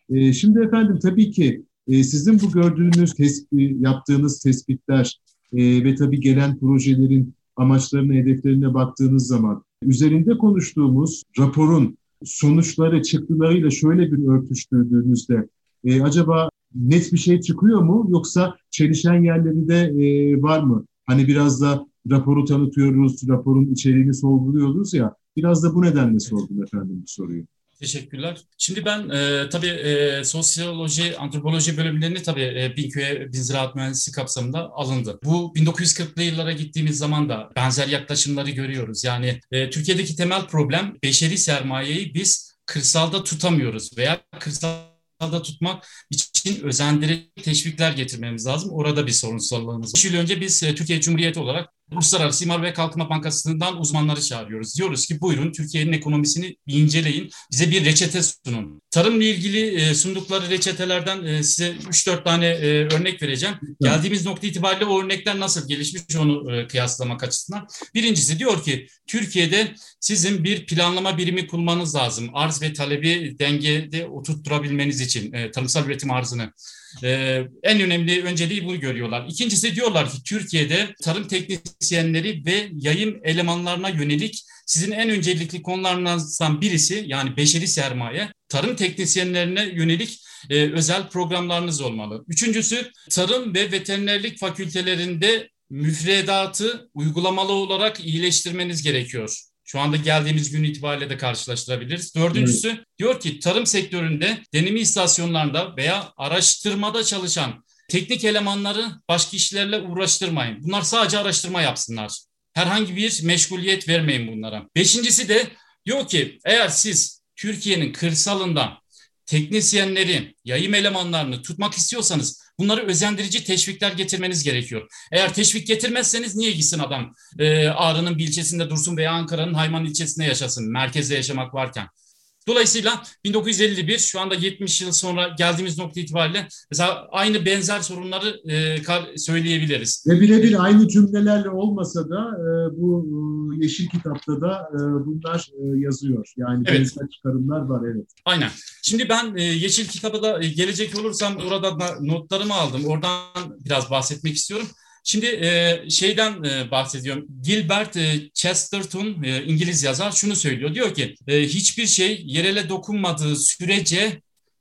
E, şimdi efendim tabii ki e, sizin bu gördüğünüz, tespit, yaptığınız tespitler e, ve tabii gelen projelerin amaçlarına, hedeflerine baktığınız zaman üzerinde konuştuğumuz raporun sonuçları, çıktılarıyla şöyle bir örtüştürdüğünüzde e, acaba net bir şey çıkıyor mu yoksa çelişen yerleri de e, var mı? Hani biraz da raporu tanıtıyoruz, raporun içeriğini sorguluyoruz ya, biraz da bu nedenle sordum efendim bu soruyu. Teşekkürler. Şimdi ben e, tabii e, sosyoloji, antropoloji bölümlerini tabii e, Binköy Bin Ziraat Mühendisliği kapsamında alındı. Bu bin dokuz yüz kırklı yıllara gittiğimiz zaman da benzer yaklaşımları görüyoruz. Yani e, Türkiye'deki temel problem beşeri sermayeyi biz kırsalda tutamıyoruz veya kırsalda tutmak için özendirici teşvikler getirmemiz lazım. Orada bir sorunsallarımız var. üç yıl önce biz e, Türkiye Cumhuriyeti olarak Uluslararası İmar ve Kalkınma Bankası'ndan uzmanları çağırıyoruz. Diyoruz ki buyurun Türkiye'nin ekonomisini bir inceleyin, bize bir reçete sunun. Tarımla ilgili e, sundukları reçetelerden e, size üç dört tane e, örnek vereceğim. Evet. Geldiğimiz nokta itibariyle o örnekler nasıl gelişmiş onu e, kıyaslamak açısından. Birincisi diyor ki Türkiye'de sizin bir planlama birimi kurmanız lazım. Arz ve talebi dengede oturtturabilmeniz için e, tarımsal üretim arzını. Ee, en önemli önceliği bunu görüyorlar. İkincisi diyorlar ki Türkiye'de tarım teknisyenleri ve yayım elemanlarına yönelik sizin en öncelikli konularınızdan birisi yani beşeri sermaye, tarım teknisyenlerine yönelik e, özel programlarınız olmalı. Üçüncüsü tarım ve veterinerlik fakültelerinde müfredatı uygulamalı olarak iyileştirmeniz gerekiyor. Şu anda geldiğimiz gün itibariyle de karşılaştırabiliriz. Dördüncüsü evet. Diyor ki tarım sektöründe deneme istasyonlarında veya araştırmada çalışan teknik elemanları başka işlerle uğraştırmayın. Bunlar sadece araştırma yapsınlar. Herhangi bir meşguliyet vermeyin bunlara. Beşincisi de diyor ki eğer siz Türkiye'nin kırsalında teknisyenleri, yayım elemanlarını tutmak istiyorsanız bunları özendirici teşvikler getirmeniz gerekiyor. Eğer teşvik getirmezseniz niye gitsin adam e, Ağrı'nın bir ilçesinde dursun veya Ankara'nın Hayman ilçesinde yaşasın, merkezde yaşamak varken. Dolayısıyla bin dokuz yüz elli bir şu anda yetmiş yıl sonra geldiğimiz nokta itibariyle mesela aynı benzer sorunları e, söyleyebiliriz. Ve birebir aynı cümlelerle olmasa da e, bu e, Yeşil Kitap'ta da e, bunlar e, yazıyor. Yani evet. Benzer çıkarımlar var evet. Aynen. Şimdi ben e, Yeşil Kitap'a da e, gelecek olursam orada da notlarımı aldım. Oradan biraz bahsetmek istiyorum. Şimdi e, şeyden e, bahsediyorum. Gilbert e, Chesterton e, İngiliz yazar şunu söylüyor. Diyor ki e, hiçbir şey yerele dokunmadığı sürece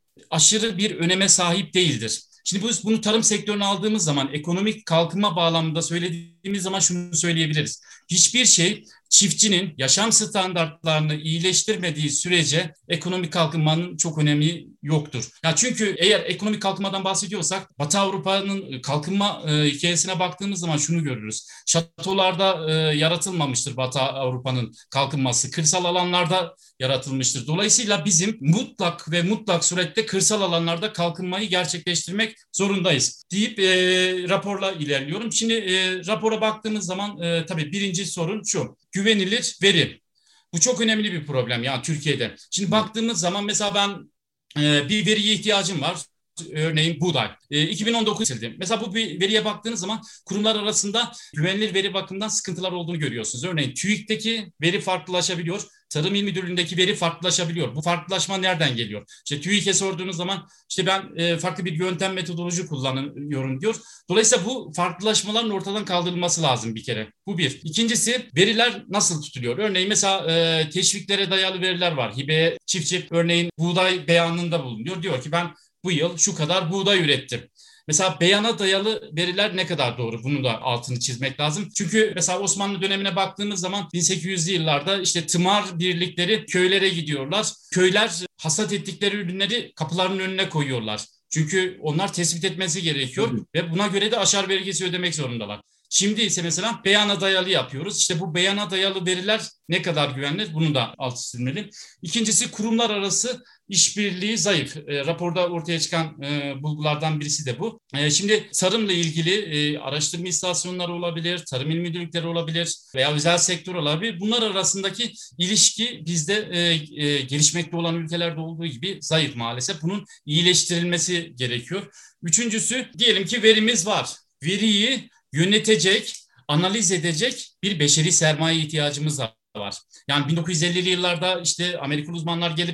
aşırı bir öneme sahip değildir. Şimdi biz bunu tarım sektörüne aldığımız zaman ekonomik kalkınma bağlamında söylediğimiz zaman şunu söyleyebiliriz. Hiçbir şey çiftçinin yaşam standartlarını iyileştirmediği sürece ekonomik kalkınmanın çok önemi yoktur. Ya çünkü eğer ekonomik kalkınmadan bahsediyorsak Batı Avrupa'nın kalkınma e, hikayesine baktığımız zaman şunu görürüz. Şatolarda e, yaratılmamıştır Batı Avrupa'nın kalkınması. Kırsal alanlarda yaratılmıştır. Dolayısıyla bizim mutlak ve mutlak surette kırsal alanlarda kalkınmayı gerçekleştirmek zorundayız deyip e, raporla ilerliyorum. Şimdi e, rapora baktığımız zaman e, tabii birinci sorun şu. Güvenilir veri. Bu çok önemli bir problem yani Türkiye'de. Şimdi baktığımız zaman mesela ben e, bir veriye ihtiyacım var. Örneğin buğday. E, iki bin on dokuz sildi. Mesela bu bir veriye baktığınız zaman kurumlar arasında güvenilir veri bakımından sıkıntılar olduğunu görüyorsunuz. Örneğin TÜİK'teki veri farklılaşabiliyor. Tarım İl Müdürlüğü'ndeki veri farklılaşabiliyor. Bu farklılaşma nereden geliyor? İşte TÜİK'e sorduğunuz zaman işte ben e, farklı bir yöntem metodoloji kullanıyorum diyor. Dolayısıyla bu farklılaşmaların ortadan kaldırılması lazım bir kere. Bu bir. İkincisi veriler nasıl tutuluyor? Örneğin mesela e, teşviklere dayalı veriler var. Hibe çiftçi örneğin buğday beyanında bulunuyor. Diyor ki ben bu yıl şu kadar buğday ürettim. Mesela beyana dayalı veriler ne kadar doğru? Bunu da altını çizmek lazım. Çünkü mesela Osmanlı dönemine baktığımız zaman bin sekiz yüzlü yıllarda işte tımar birlikleri köylere gidiyorlar. Köyler hasat ettikleri ürünleri kapılarının önüne koyuyorlar. Çünkü onlar tespit etmesi gerekiyor Tabii. ve buna göre de aşar vergisi ödemek zorundalar. Şimdi ise mesela beyana dayalı yapıyoruz. İşte bu beyana dayalı veriler ne kadar güvenilir? Bunu da alt çizilmeli. İkincisi kurumlar arası işbirliği zayıf. E, raporda ortaya çıkan e, bulgulardan birisi de bu. E, şimdi tarımla ilgili e, araştırma istasyonları olabilir, tarım il müdürlükleri olabilir veya özel sektör olabilir. Bunlar arasındaki ilişki bizde e, e, gelişmekte olan ülkelerde olduğu gibi zayıf maalesef. Bunun iyileştirilmesi gerekiyor. Üçüncüsü diyelim ki verimiz var. Veriyi yönetecek, analiz edecek bir beşeri sermaye ihtiyacımız da var. Yani bin dokuz yüz ellili yıllarda işte Amerikalı uzmanlar gelip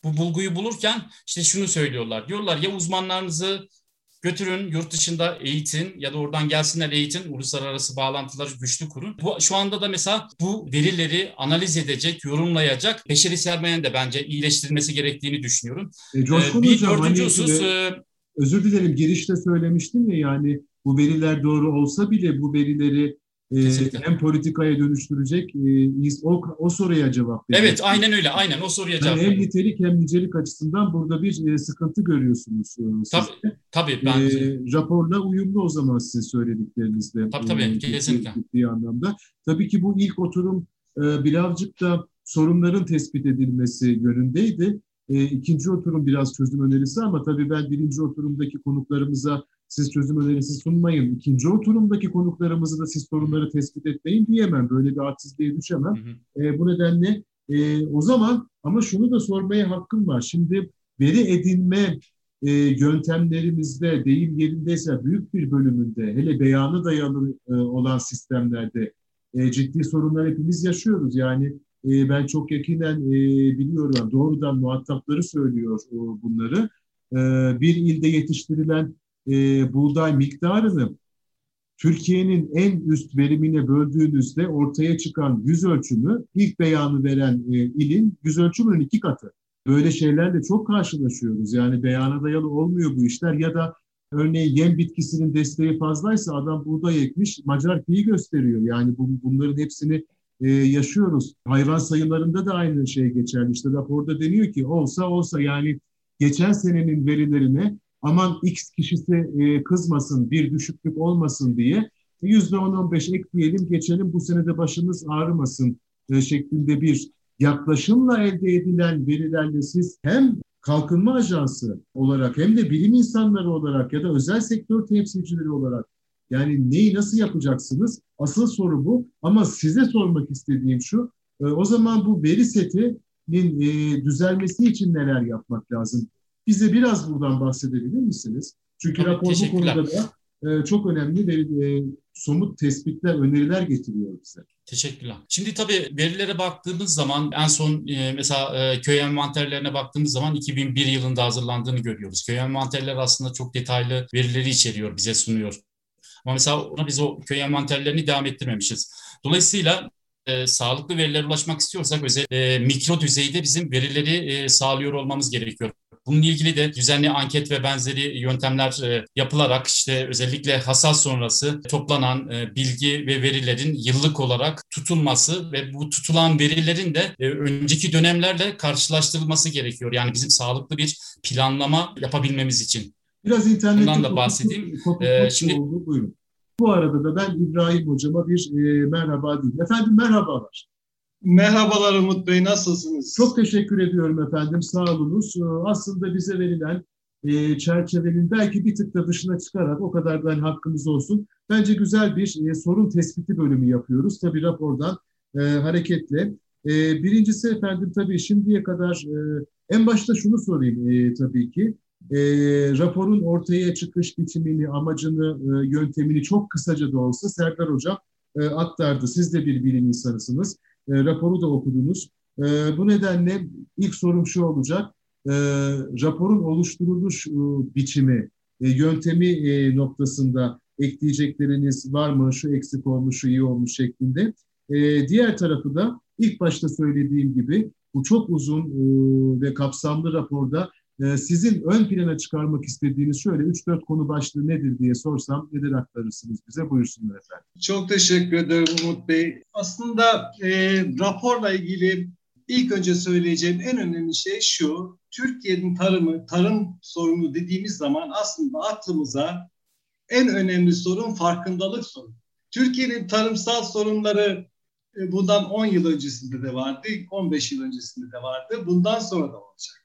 bu bulguyu bulurken işte şunu söylüyorlar. Diyorlar ya uzmanlarınızı götürün, yurt dışında eğitin ya da oradan gelsinler eğitin, uluslararası bağlantıları güçlü kurun. Bu, şu anda da mesela bu verileri analiz edecek, yorumlayacak beşeri sermayenin de bence iyileştirilmesi gerektiğini düşünüyorum. E, Coşkun ee, bir Hocam, dördüncü hani, husus... e, özür dilerim, girişte söylemiştim ya, yani bu veriler doğru olsa bile bu verileri e, hem politikaya dönüştürecek, e, o, o soruya cevap verecek. Evet, aynen öyle, aynen o soruya cevap yani hem nitelik hem nicelik açısından burada bir e, sıkıntı görüyorsunuz. E, tabii, tabii. Ben... E, raporla uyumlu o zaman sizin söylediklerinizle. Tabii tabii, e, kesinlikle. Ciddi anlamda. Tabii ki bu ilk oturum e, birazcık da sorunların tespit edilmesi yönündeydi. E, ikinci oturum biraz çözüm önerisi, ama tabii ben birinci oturumdaki konuklarımıza siz çözüm önerisi sunmayın, İkinci oturumdaki konuklarımızı da siz sorunları tespit etmeyin diyemem. Böyle bir hadsizliğe düşemem. Hı hı. E, bu nedenle e, o zaman ama şunu da sormaya hakkım var. Şimdi veri edinme e, yöntemlerimizde deyim yerindeyse büyük bir bölümünde, hele beyana dayalı e, olan sistemlerde e, ciddi sorunlar hepimiz yaşıyoruz. Yani e, ben çok yakinen e, biliyorum, doğrudan muhatapları söylüyor o, bunları. E, bir ilde yetiştirilen e, buğday miktarını Türkiye'nin en üst verimine böldüğünüzde ortaya çıkan yüz ölçümü ilk beyanı veren e, ilin yüz ölçümünün iki katı. Böyle şeylerle çok karşılaşıyoruz. Yani beyana dayalı olmuyor bu işler, ya da örneğin yem bitkisinin desteği fazlaysa adam buğday ekmiş, Macar piyi gösteriyor. Yani bu, bunların hepsini e, yaşıyoruz. Hayvan sayılarında da aynı şey geçerli. İşte raporda deniyor ki olsa olsa, yani geçen senenin verilerine aman X kişisi e, kızmasın, bir düşüklük olmasın diye yüzde on on beş ekleyelim geçelim, bu sene de başımız ağrımasın e, şeklinde bir yaklaşımla elde edilen verilerle siz hem Kalkınma Ajansı olarak hem de bilim insanları olarak ya da özel sektör temsilcileri olarak yani neyi nasıl yapacaksınız? Asıl soru bu. Ama size sormak istediğim şu, e, o zaman bu veri setinin e, düzelmesi için neler yapmak lazım? Bize biraz buradan bahsedebilir misiniz? Çünkü Tabii, rapor bu konuda da e, çok önemli ve e, somut tespitler, öneriler getiriyor bize. Teşekkürler. Şimdi tabii verilere baktığımız zaman en son e, mesela e, köy envanterlerine baktığımız zaman iki bin bir yılında hazırlandığını görüyoruz. Köy envanterleri aslında çok detaylı verileri içeriyor, bize sunuyor. Ama mesela ona biz o köy envanterlerini devam ettirmemişiz. Dolayısıyla e, sağlıklı verilere ulaşmak istiyorsak özellikle e, mikro düzeyde bizim verileri e, sağlıyor olmamız gerekiyor. Bununla ilgili de düzenli anket ve benzeri yöntemler e, yapılarak işte özellikle hasat sonrası toplanan e, bilgi ve verilerin yıllık olarak tutulması ve bu tutulan verilerin de e, önceki dönemlerle karşılaştırılması gerekiyor. Yani bizim sağlıklı bir planlama yapabilmemiz için. Biraz internette bundan da bahsedeyim. Ee, şimdi oldu. Buyurun. Bu arada da ben İbrahim Hocama bir e, merhaba diyeyim. Efendim merhabalar. Merhabalar Umut Bey, nasılsınız? Çok teşekkür ediyorum efendim, sağ olunuz. Aslında bize verilen e, çerçevenin belki bir tık da dışına çıkarak, o kadardan hakkımız olsun, bence güzel bir e, sorun tespiti bölümü yapıyoruz. Tabii rapordan e, hareketle. E, birincisi efendim, tabii şimdiye kadar e, en başta şunu sorayım e, tabii ki. E, raporun ortaya çıkış biçimini, amacını, e, yöntemini çok kısaca da olsa Serdar Hocam e, aktardı. Siz de bir bilim insanısınız. E, raporu da okudunuz. E, bu nedenle ilk sorum şu olacak. E, raporun oluşturuluş e, biçimi, e, yöntemi e, noktasında ekleyecekleriniz var mı? Şu eksik olmuş, şu iyi olmuş şeklinde. E, diğer tarafı da ilk başta söylediğim gibi bu çok uzun e, ve kapsamlı raporda e, sizin ön plana çıkarmak istediğiniz şöyle üç dört konu başlığı nedir diye sorsam neler aktarırsınız bize? Buyursunlar efendim. Çok teşekkür ederim Umut Bey. Aslında e, raporla ilgili ilk önce söyleyeceğim en önemli şey şu: Türkiye'nin tarımı, tarım sorunu dediğimiz zaman aslında aklımıza en önemli sorun farkındalık sorunu. Türkiye'nin tarımsal sorunları e, bundan on yıl öncesinde de vardı, on beş yıl öncesinde de vardı, bundan sonra da olacak.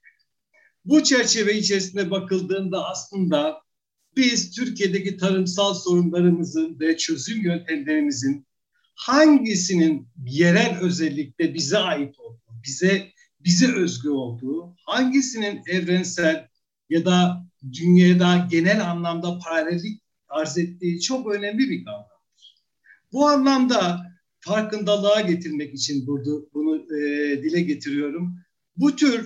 Bu çerçeve içerisinde bakıldığında aslında biz Türkiye'deki tarımsal sorunlarımızın ve çözüm yöntemlerimizin hangisinin yerel özellikle bize ait olduğu, bize bize özgü olduğu, hangisinin evrensel ya da dünyada genel anlamda paralellik arz ettiği çok önemli bir kavramdır. Bu anlamda farkındalığa getirmek için burada bunu e, dile getiriyorum. Bu tür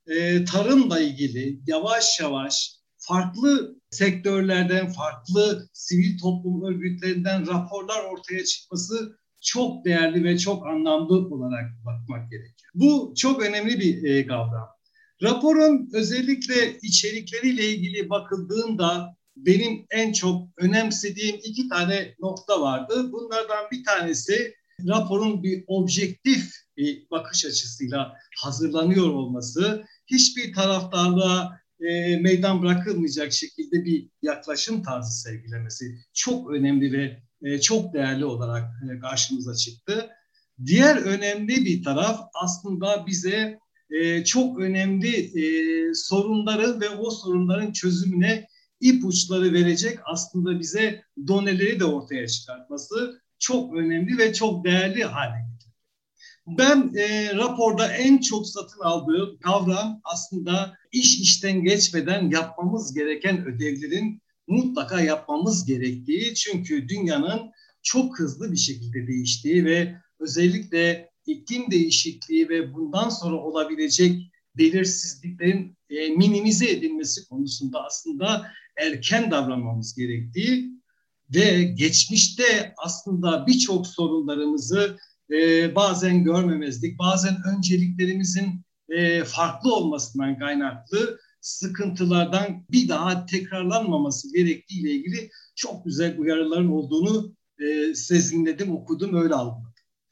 e, tarımla ilgili yavaş yavaş farklı sektörlerden, farklı sivil toplum örgütlerinden raporlar ortaya çıkması çok değerli ve çok anlamlı olarak bakmak gerekiyor. Bu çok önemli bir e, kavram. Raporun özellikle içerikleriyle ilgili bakıldığında benim en çok önemsediğim iki tane nokta vardı. Bunlardan bir tanesi raporun bir objektif bir bakış açısıyla hazırlanıyor olması, hiçbir taraftarlığa e, meydan bırakılmayacak şekilde bir yaklaşım tarzı sergilemesi çok önemli ve e, çok değerli olarak e, karşımıza çıktı. Diğer önemli bir taraf aslında bize e, çok önemli e, sorunları ve o sorunların çözümüne ipuçları verecek aslında bize doneleri de ortaya çıkartması çok önemli ve çok değerli hale getirdi. Ben e, raporda en çok satın aldığım kavram aslında iş işten geçmeden yapmamız gereken ödevlerin mutlaka yapmamız gerektiği. Çünkü dünyanın çok hızlı bir şekilde değiştiği ve özellikle iklim değişikliği ve bundan sonra olabilecek belirsizliklerin e, minimize edilmesi konusunda aslında erken davranmamız gerektiği ve geçmişte aslında birçok sorunlarımızı e, bazen görmemezlik, bazen önceliklerimizin e, farklı olmasından kaynaklı sıkıntılardan bir daha tekrarlanmaması gerektiği ile ilgili çok güzel uyarıların olduğunu e, sezinledim, okudum, öyle aldım.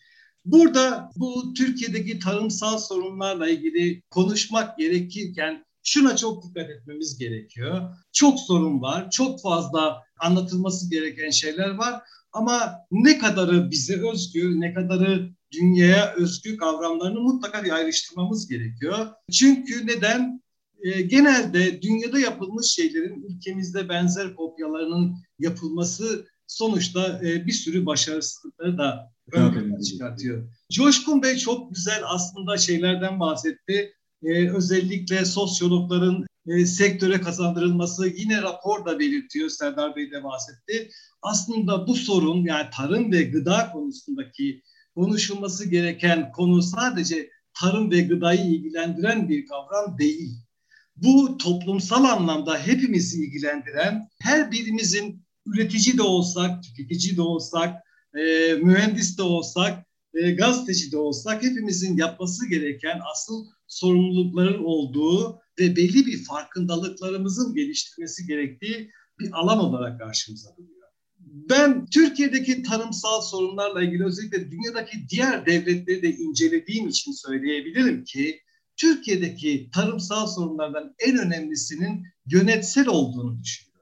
Burada bu Türkiye'deki tarımsal sorunlarla ilgili konuşmak gerekirken şuna çok dikkat etmemiz gerekiyor. Çok sorun var, çok fazla anlatılması gereken şeyler var ama ne kadarı bize özgü, ne kadarı dünyaya özgü kavramlarını mutlaka bir ayrıştırmamız gerekiyor. Çünkü neden? E, genelde dünyada yapılmış şeylerin ülkemizde benzer kopyalarının yapılması sonuçta e, bir sürü başarısızlıkları da ön plana çıkartıyor. Coşkun Bey çok güzel aslında şeylerden bahsetti. Ee, özellikle sosyologların e, sektöre kazandırılması, yine rapor da belirtiyor, Serdar Bey de bahsetti. Aslında bu sorun, yani tarım ve gıda konusundaki konuşulması gereken konu sadece tarım ve gıdayı ilgilendiren bir kavram değil. Bu toplumsal anlamda hepimizi ilgilendiren, her birimizin üretici de olsak, tüketici de olsak, e, mühendis de olsak, e, gazeteci de olsak hepimizin yapması gereken asıl sorumlulukların olduğu ve belli bir farkındalıklarımızın geliştirmesi gerektiği bir alan olarak karşımıza duruyor. Ben Türkiye'deki tarımsal sorunlarla ilgili özellikle dünyadaki diğer devletleri de incelediğim için söyleyebilirim ki Türkiye'deki tarımsal sorunlardan en önemlisinin yönetsel olduğunu düşünüyorum.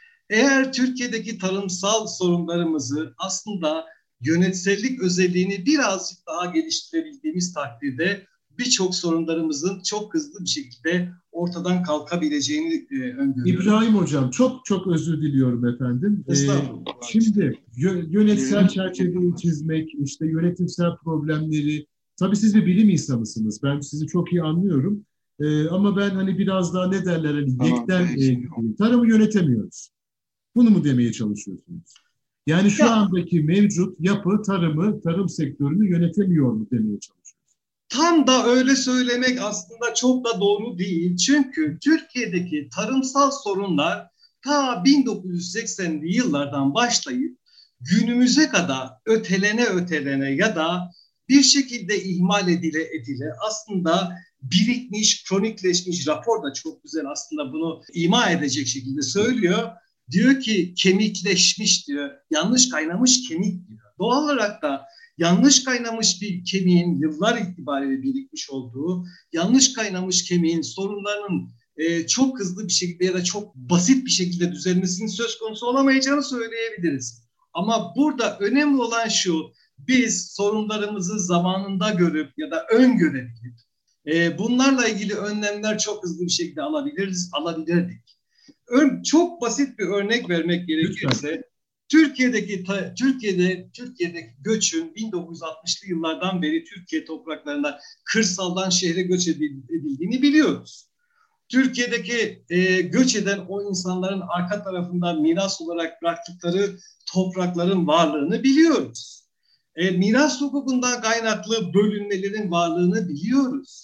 Eğer Türkiye'deki tarımsal sorunlarımızı aslında yönetsellik özelliğini birazcık daha geliştirebildiğimiz takdirde birçok sorunlarımızın çok hızlı bir şekilde ortadan kalkabileceğini e, öngörüyorum. İbrahim Hocam, çok çok özür diliyorum efendim. Ee, şimdi yönetsel çerçeveyi çizmek, işte yönetimsel problemleri, tabii siz bir bilim insanısınız. Ben sizi çok iyi anlıyorum. Ee, ama ben hani biraz daha ne derler, hani tamam, yekten e, tarımı yönetemiyoruz. Bunu mu demeye çalışıyorsunuz? Yani şu ya, andaki mevcut yapı tarımı, tarım sektörünü yönetemiyor mu demeye çalışıyorsunuz? Tam da öyle söylemek aslında çok da doğru değil. Çünkü Türkiye'deki tarımsal sorunlar ta bin dokuz yüz seksenli yıllardan başlayıp günümüze kadar ötelene ötelene ya da bir şekilde ihmal edile edile aslında birikmiş, kronikleşmiş, rapor da çok güzel aslında bunu ima edecek şekilde söylüyor. Diyor ki kemikleşmiş diyor, yanlış kaynamış kemik diyor. Doğal olarak da yanlış kaynamış bir kemiğin yıllar itibariyle birikmiş olduğu, yanlış kaynamış kemiğin sorunlarının e, çok hızlı bir şekilde ya da çok basit bir şekilde düzelmesinin söz konusu olamayacağını söyleyebiliriz. Ama burada önemli olan şu, biz sorunlarımızı zamanında görüp ya da öngörebilip e, bunlarla ilgili önlemler çok hızlı bir şekilde alabiliriz, alabilirdik. Ön, çok basit bir örnek vermek gerekirse, lütfen. Türkiye'deki Türkiye'de Türkiye'deki göçün bin dokuz yüz altmışlı yıllardan beri Türkiye topraklarında kırsaldan şehre göç edildiğini biliyoruz. Türkiye'deki e, göç eden o insanların arka tarafında miras olarak bıraktıkları toprakların varlığını biliyoruz. E, miras hukukundan kaynaklı bölünmelerin varlığını biliyoruz.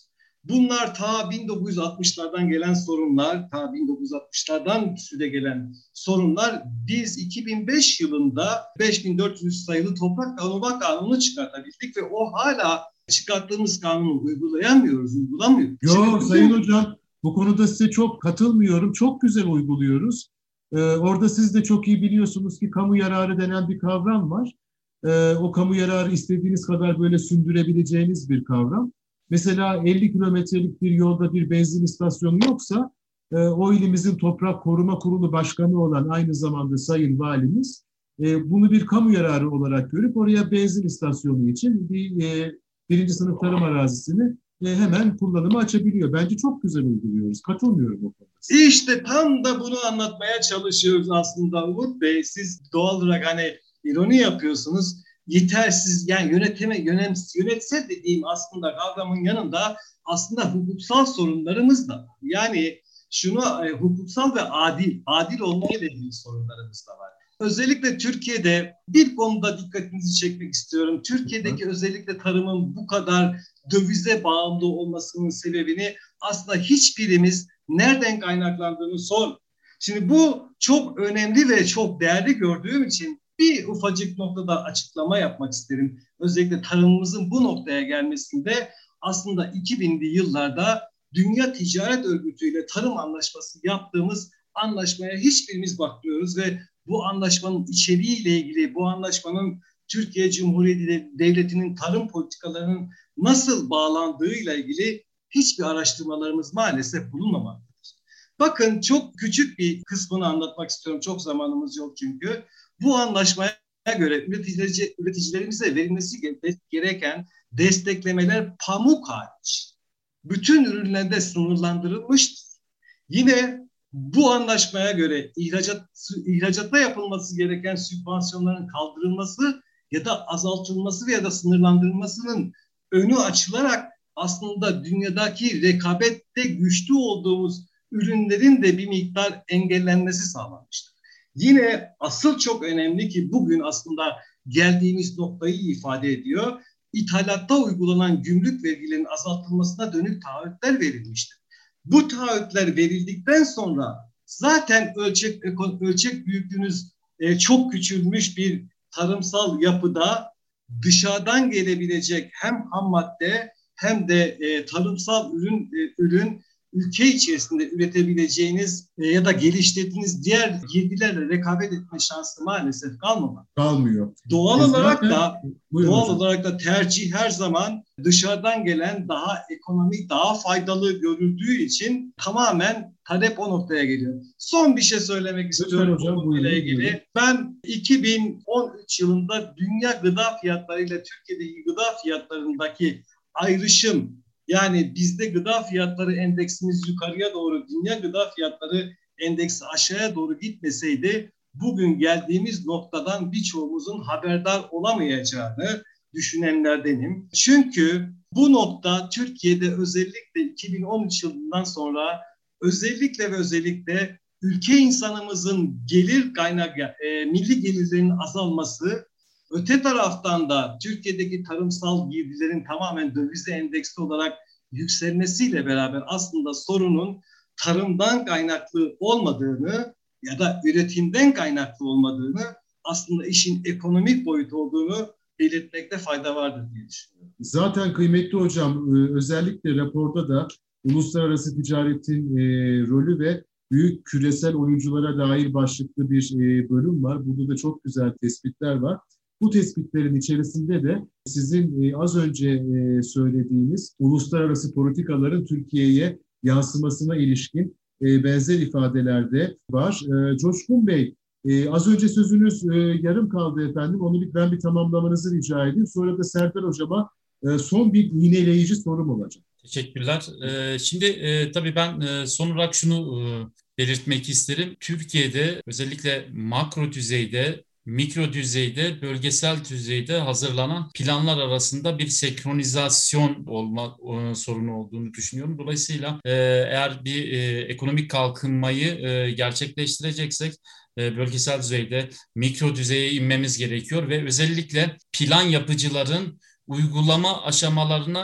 Bunlar ta bin dokuz yüz altmışlardan gelen sorunlar, ta bin dokuz yüz altmışlardan süre gelen sorunlar. Biz iki bin beş yılında beş bin dört yüz sayılı Toprak Kanunu Kanunu çıkartabildik ve o hala çıkarttığımız kanunu uygulayamıyoruz, uygulamıyoruz. Yok Sayın Hocam, bu konuda size çok katılmıyorum. Çok güzel uyguluyoruz. Ee, orada siz de çok iyi biliyorsunuz ki kamu yararı denen bir kavram var. Ee, o kamu yararı istediğiniz kadar böyle sündürebileceğiniz bir kavram. Mesela elli kilometrelik bir yolda bir benzin istasyonu yoksa e, o ilimizin Toprak Koruma Kurulu Başkanı olan aynı zamanda Sayın Valimiz e, bunu bir kamu yararı olarak görüp oraya benzin istasyonu için bir e, birinci sınıf tarım arazisini e, hemen kullanıma açabiliyor. Bence çok güzel uyguluyoruz. Katılmıyorum o konuda. İşte tam da bunu anlatmaya çalışıyoruz aslında Umut Bey. Siz doğal olarak hani ironi yapıyorsunuz. Yetersiz, yani yöneteme, yönem, yönetsel dediğim aslında kavramın yanında aslında hukuksal sorunlarımız da var. Yani şunu e, hukuksal ve adil, adil olmayla ilgili sorunlarımız da var. Özellikle Türkiye'de bir konuda dikkatinizi çekmek istiyorum. Türkiye'deki özellikle tarımın bu kadar dövize bağımlı olmasının sebebini aslında hiçbirimiz nereden kaynaklandığını sor. Şimdi bu çok önemli ve çok değerli gördüğüm için bir ufacık noktada açıklama yapmak isterim. Özellikle tarımımızın bu noktaya gelmesinde aslında iki binli yıllarda Dünya Ticaret Örgütü ile tarım anlaşması yaptığımız anlaşmaya hiçbirimiz bakmıyoruz ve bu anlaşmanın içeriğiyle ilgili, bu anlaşmanın Türkiye Cumhuriyeti Devleti'nin tarım politikalarının nasıl bağlandığıyla ilgili hiçbir araştırmalarımız maalesef bulunmamaktadır. Bakın çok küçük bir kısmını anlatmak istiyorum. Çok zamanımız yok çünkü. Bu anlaşmaya göre üretici, üreticilerimize verilmesi gereken desteklemeler pamuk hariç bütün ürünlerde sınırlandırılmıştır. Yine bu anlaşmaya göre ihracat, ihracatta yapılması gereken sübvansiyonların kaldırılması ya da azaltılması veya da sınırlandırılmasının önü açılarak aslında dünyadaki rekabette güçlü olduğumuz ürünlerin de bir miktar engellenmesi sağlanmıştır. Yine asıl çok önemli ki bugün aslında geldiğimiz noktayı ifade ediyor. İthalatta uygulanan gümrük vergilerinin azaltılmasına dönük taahhütler verilmiştir. Bu taahhütler verildikten sonra zaten ölçek ölçek büyüklüğünüz e, çok küçülmüş bir tarımsal yapıda dışarıdan gelebilecek hem ham madde hem de e, tarımsal ürün e, ürün ülke içerisinde üretebileceğiniz e, ya da geliştirdiğiniz diğer girdilerle rekabet etme şansı maalesef kalmamak. Kalmıyor. Doğal Biz olarak zaten, da doğal hocam. olarak da tercih her zaman dışarıdan gelen daha ekonomik, daha faydalı görüldüğü için tamamen talep o noktaya geliyor. Son bir şey söylemek istiyorum bu ile ilgili. Ben iki bin on üç yılında dünya gıda fiyatları ile Türkiye'deki gıda fiyatlarındaki ayrışım, yani bizde gıda fiyatları endeksimiz yukarıya doğru, dünya gıda fiyatları endeksi aşağıya doğru gitmeseydi bugün geldiğimiz noktadan birçoğumuzun haberdar olamayacağını düşünenlerdenim. Çünkü bu nokta Türkiye'de özellikle iki bin on üç yılından sonra özellikle ve özellikle ülke insanımızın gelir kaynak, e, milli gelirlerinin azalması, öte taraftan da Türkiye'deki tarımsal girdilerin tamamen dövize endeksli olarak yükselmesiyle beraber aslında sorunun tarımdan kaynaklı olmadığını ya da üretimden kaynaklı olmadığını, aslında işin ekonomik boyutu olduğunu belirtmekte fayda vardır diye düşünüyorum. Zaten kıymetli hocam, özellikle raporda da uluslararası ticaretin rolü ve büyük küresel oyunculara dair başlıklı bir bölüm var. Burada da çok güzel tespitler var. Bu tespitlerin içerisinde de sizin az önce söylediğiniz uluslararası politikaların Türkiye'ye yansımasına ilişkin benzer ifadeler de var. Coşkun Bey, az önce sözünüz yarım kaldı efendim. Onu bir, ben bir tamamlamanızı rica edeyim. Sonra da Serdar Hocama son bir iğneleyici sorum olacak. Teşekkürler. Şimdi tabii ben son olarak şunu belirtmek isterim. Türkiye'de özellikle makro düzeyde, mikro düzeyde, bölgesel düzeyde hazırlanan planlar arasında bir senkronizasyon olma e, sorunu olduğunu düşünüyorum. Dolayısıyla e, eğer bir e, ekonomik kalkınmayı e, gerçekleştireceksek e, bölgesel düzeyde, mikro düzeye inmemiz gerekiyor ve özellikle plan yapıcıların uygulama aşamalarına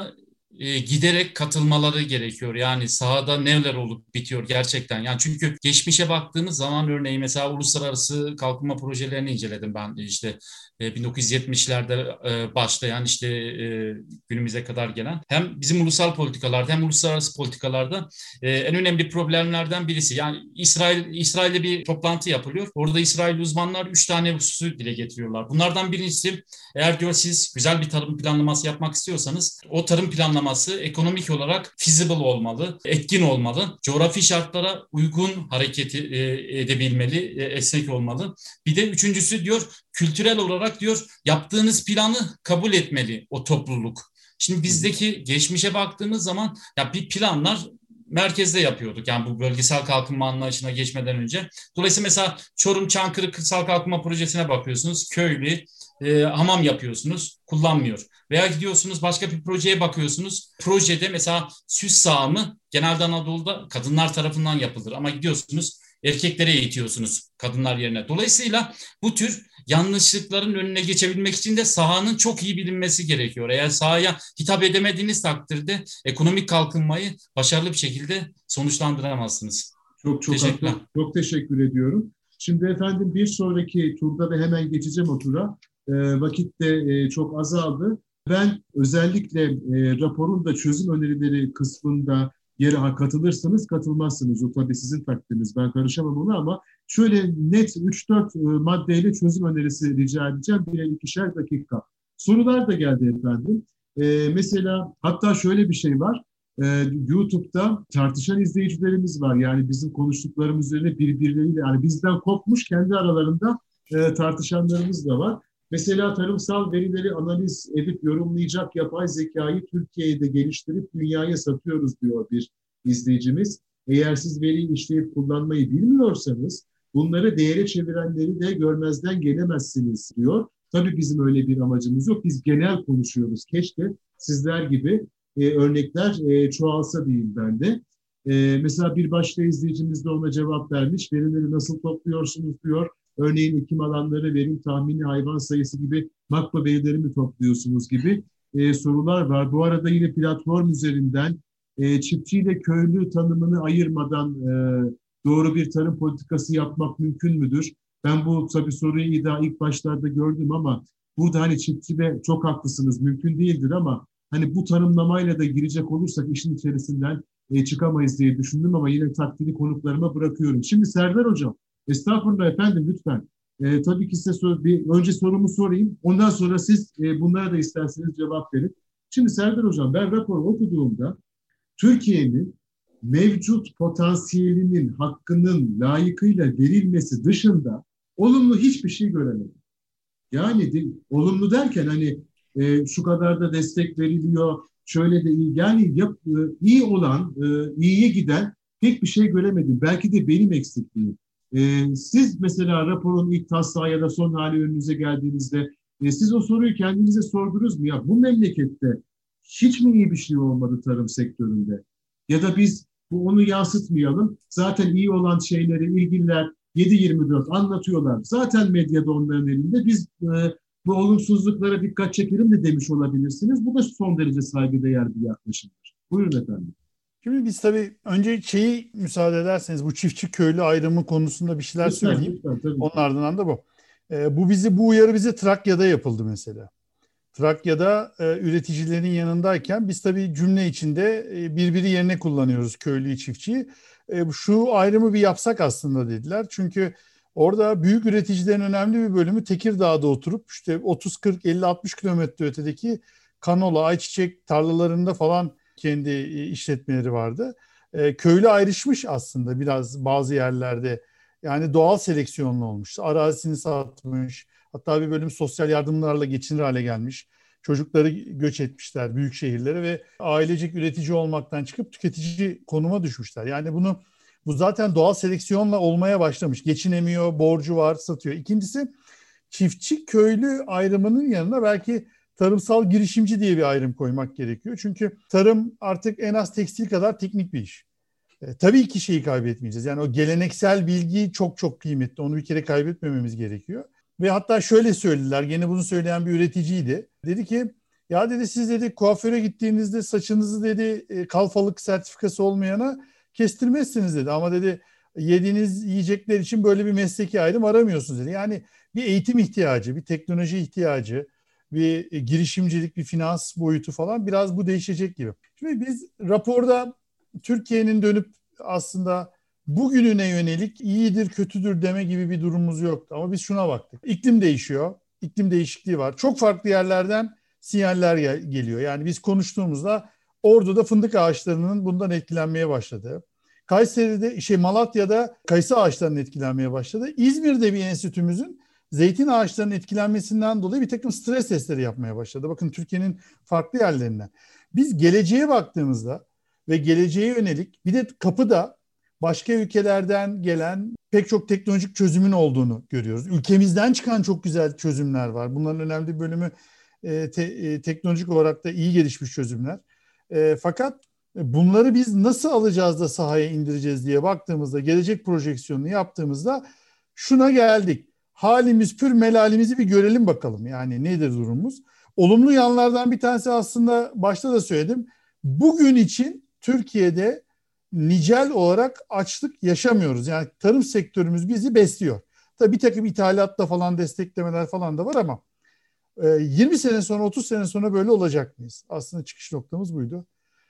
e, giderek katılmaları gerekiyor. Yani sahada neler olup bitiyor gerçekten. Yani çünkü geçmişe baktığımız zaman örneğin mesela uluslararası kalkınma projelerini inceledim ben işte e, bin dokuz yüz yetmişlerde e, başlayan işte e, günümüze kadar gelen hem bizim ulusal politikalarda hem uluslararası politikalarda e, en önemli problemlerden birisi. Yani İsrail İsrail'de bir toplantı yapılıyor. Orada İsrail uzmanlar üç tane hususu dile getiriyorlar. Bunlardan birincisi eğer diyor siz güzel bir tarım planlaması yapmak istiyorsanız o tarım planlaması ekonomik olarak feasible olmalı, etkin olmalı, coğrafi şartlara uygun hareket edebilmeli, esnek olmalı. Bir de üçüncüsü diyor kültürel olarak diyor yaptığınız planı kabul etmeli o topluluk. Şimdi bizdeki geçmişe baktığımız zaman ya bir planlar merkezde yapıyorduk. Yani bu bölgesel kalkınma anlayışına geçmeden önce. Dolayısıyla mesela Çorum Çankırı Kırsal Kalkınma Projesi'ne bakıyorsunuz. Köylü e, hamam yapıyorsunuz. Kullanmıyor. Veya gidiyorsunuz başka bir projeye bakıyorsunuz. Projede mesela süs sağımı genelde Anadolu'da kadınlar tarafından yapılır. Ama gidiyorsunuz erkeklere eğitiyorsunuz kadınlar yerine. Dolayısıyla bu tür yanlışlıkların önüne geçebilmek için de sahanın çok iyi bilinmesi gerekiyor. Eğer sahaya hitap edemediğiniz takdirde ekonomik kalkınmayı başarılı bir şekilde sonuçlandıramazsınız. Çok çok Teşekkürler. Çok, çok teşekkür ediyorum. Şimdi efendim bir sonraki turda ve hemen geçeceğim o tura. E, vakit de e, çok azaldı. Ben özellikle e, raporun da çözüm önerileri kısmında yere katılırsanız katılmazsınız. O tabii sizin takdiriniz. Ben karışamam ona ama şöyle net üç dört maddeyle çözüm önerisi rica edeceğim. Birer ikişer dakika. Sorular da geldi efendim. Ee, mesela hatta şöyle bir şey var. Ee, YouTube'da tartışan izleyicilerimiz var. Yani bizim konuştuklarımız üzerine birbirleriyle yani bizden kopmuş kendi aralarında e, tartışanlarımız da var. Mesela tarımsal verileri analiz edip yorumlayacak yapay zekayı Türkiye'de geliştirip dünyaya satıyoruz diyor bir izleyicimiz. Eğer siz veriyi işleyip kullanmayı bilmiyorsanız bunları değere çevirenleri de görmezden gelemezsiniz diyor. Tabii bizim öyle bir amacımız yok. Biz genel konuşuyoruz. Keşke sizler gibi e, örnekler e, çoğalsa diyeyim ben de. E, mesela bir başka izleyicimiz de ona cevap vermiş. Verileri nasıl topluyorsunuz diyor. Örneğin ekim alanları, verim tahmini, hayvan sayısı gibi makro verileri mi topluyorsunuz gibi e, sorular var. Bu arada yine platform üzerinden e, çiftçiyle köylü tanımını ayırmadan e, doğru bir tarım politikası yapmak mümkün müdür? Ben bu tabii soruyu daha ilk başlarda gördüm ama burada hani çiftçi de çok haklısınız mümkün değildir ama hani bu tanımlamayla da girecek olursak işin içerisinden e, çıkamayız diye düşündüm ama yine takdiri konuklarıma bırakıyorum. Şimdi Serdar Hocam, estağfurullah efendim lütfen. E, tabii ki size sor, bir önce sorumu sorayım. Ondan sonra siz e, bunlara da isterseniz cevap verin. Şimdi Serdar Hocam ben raporu okuduğumda Türkiye'nin mevcut potansiyelinin hakkının layıkıyla verilmesi dışında olumlu hiçbir şey göremedim. Yani de, olumlu derken hani e, şu kadar da destek veriliyor, şöyle de iyi. Yani yap, e, iyi olan, e, iyiye giden pek bir şey göremedim. Belki de benim eksikliğim. E, siz mesela raporun ilk taslağı ya da son hali önünüze geldiğinizde e, siz o soruyu kendinize sordunuz mu? Ya bu memlekette hiç mi iyi bir şey olmadı tarım sektöründe? Ya da biz bu onu yansıtmayalım. Zaten iyi olan şeyleri ilgililer yedi yirmi dört anlatıyorlar. Zaten medyada onların elinde. Biz e, bu olumsuzluklara dikkat çekelim de demiş olabilirsiniz. Bu da son derece saygıdeğer bir yaklaşımdır. Buyurun efendim. Şimdi biz tabii önce şeyi müsaade ederseniz bu çiftçi köylü ayrımı konusunda bir şeyler lütfen, söyleyeyim. Lütfen, tabii. Onun ardından da bu. E, bu bizi bu uyarı bize Trakya'da yapıldı mesela. Trakya'da e, üreticilerin yanındayken biz tabii cümle içinde e, birbiri yerine kullanıyoruz köylüyü çiftçiyi. E, şu ayrımı bir yapsak aslında dediler. Çünkü orada büyük üreticilerin önemli bir bölümü Tekirdağ'da oturup işte otuz kırk elli altmış kilometre ötedeki kanola, ayçiçek tarlalarında falan kendi e, işletmeleri vardı. E, köylü ayrışmış aslında biraz bazı yerlerde. Yani doğal seleksiyonlu olmuş. Arazisini satmış. Hatta bir bölüm sosyal yardımlarla geçinir hale gelmiş. Çocukları göç etmişler büyük şehirlere ve ailecek üretici olmaktan çıkıp tüketici konuma düşmüşler. Yani bunu bu zaten doğal seleksiyonla olmaya başlamış. Geçinemiyor, borcu var, satıyor. İkincisi çiftçi köylü ayrımının yanına belki tarımsal girişimci diye bir ayrım koymak gerekiyor. Çünkü tarım artık en az tekstil kadar teknik bir iş. E, tabii ki şeyi kaybetmeyeceğiz. Yani o geleneksel bilgi çok çok kıymetli. Onu bir kere kaybetmememiz gerekiyor. Ve hatta şöyle söylediler, gene bunu söyleyen bir üreticiydi. Dedi ki Ya dedi siz dedi kuaföre gittiğinizde saçınızı dedi e, kalfalık sertifikası olmayana kestirmezsiniz dedi. Ama dedi yediğiniz yiyecekler için böyle bir mesleki ayrım aramıyorsunuz dedi. Yani bir eğitim ihtiyacı, bir teknoloji ihtiyacı, bir girişimcilik, bir finans boyutu falan biraz bu değişecek gibi. Şimdi biz raporda Türkiye'nin dönüp aslında bugününe yönelik iyidir, kötüdür deme gibi bir durumumuz yoktu. Ama biz şuna baktık. İklim değişiyor, iklim değişikliği var. Çok farklı yerlerden sinyaller gel- geliyor. Yani biz konuştuğumuzda Ordu'da fındık ağaçlarının bundan etkilenmeye başladı. Kayseri'de, şey Malatya'da kayısı ağaçlarının etkilenmeye başladı. İzmir'de bir enstitümüzün zeytin ağaçlarının etkilenmesinden dolayı bir takım stres testleri yapmaya başladı. Bakın Türkiye'nin farklı yerlerinden. Biz geleceğe baktığımızda ve geleceğe yönelik bir de kapıda başka ülkelerden gelen pek çok teknolojik çözümün olduğunu görüyoruz. Ülkemizden çıkan çok güzel çözümler var. Bunların önemli bir bölümü e, te, e, teknolojik olarak da iyi gelişmiş çözümler. E, fakat bunları biz nasıl alacağız da sahaya indireceğiz diye baktığımızda, gelecek projeksiyonunu yaptığımızda şuna geldik. Halimiz pür melalimizi bir görelim bakalım. Yani nedir durumumuz? Olumlu yanlardan bir tanesi aslında başta da söyledim. Bugün için Türkiye'de nicel olarak açlık yaşamıyoruz. Yani tarım sektörümüz bizi besliyor. Tabii bir takım ithalatla falan desteklemeler falan da var ama yirmi sene sonra, otuz sene sonra böyle olacak mıyız? Aslında çıkış noktamız buydu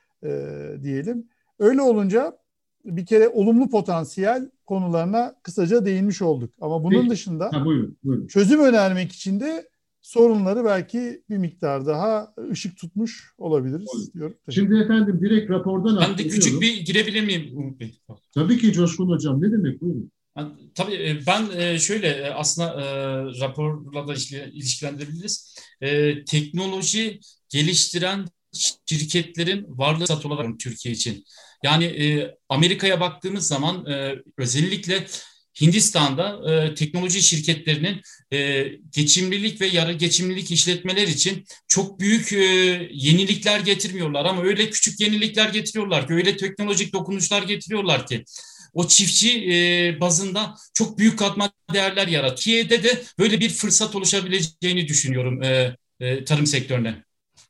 diyelim. Öyle olunca bir kere olumlu potansiyel konularına kısaca değinmiş olduk. Ama bunun Peki. dışında ha, buyurun, buyurun. çözüm önermek için de sorunları belki bir miktar daha ışık tutmuş olabiliriz Olur. diyorum. Şimdi efendim direkt rapordan Ben de küçük bir girebilir miyim Umut Bey? Tabii ki Coşkun Hocam. Ne demek? Buyurun. Tabii ben şöyle aslında raporla da ilişkilendirebiliriz. Teknoloji geliştiren şirketlerin varlığı satı olarak Türkiye için. Yani e, Amerika'ya baktığımız zaman e, özellikle Hindistan'da e, teknoloji şirketlerinin e, geçimlilik ve yarı geçimlilik işletmeler için çok büyük e, yenilikler getirmiyorlar ama öyle küçük yenilikler getiriyorlar ki, öyle teknolojik dokunuşlar getiriyorlar ki o çiftçi e, bazında çok büyük katma değerler yaratıyor. Türkiye'de de böyle bir fırsat oluşabileceğini düşünüyorum e, e, tarım sektörüne.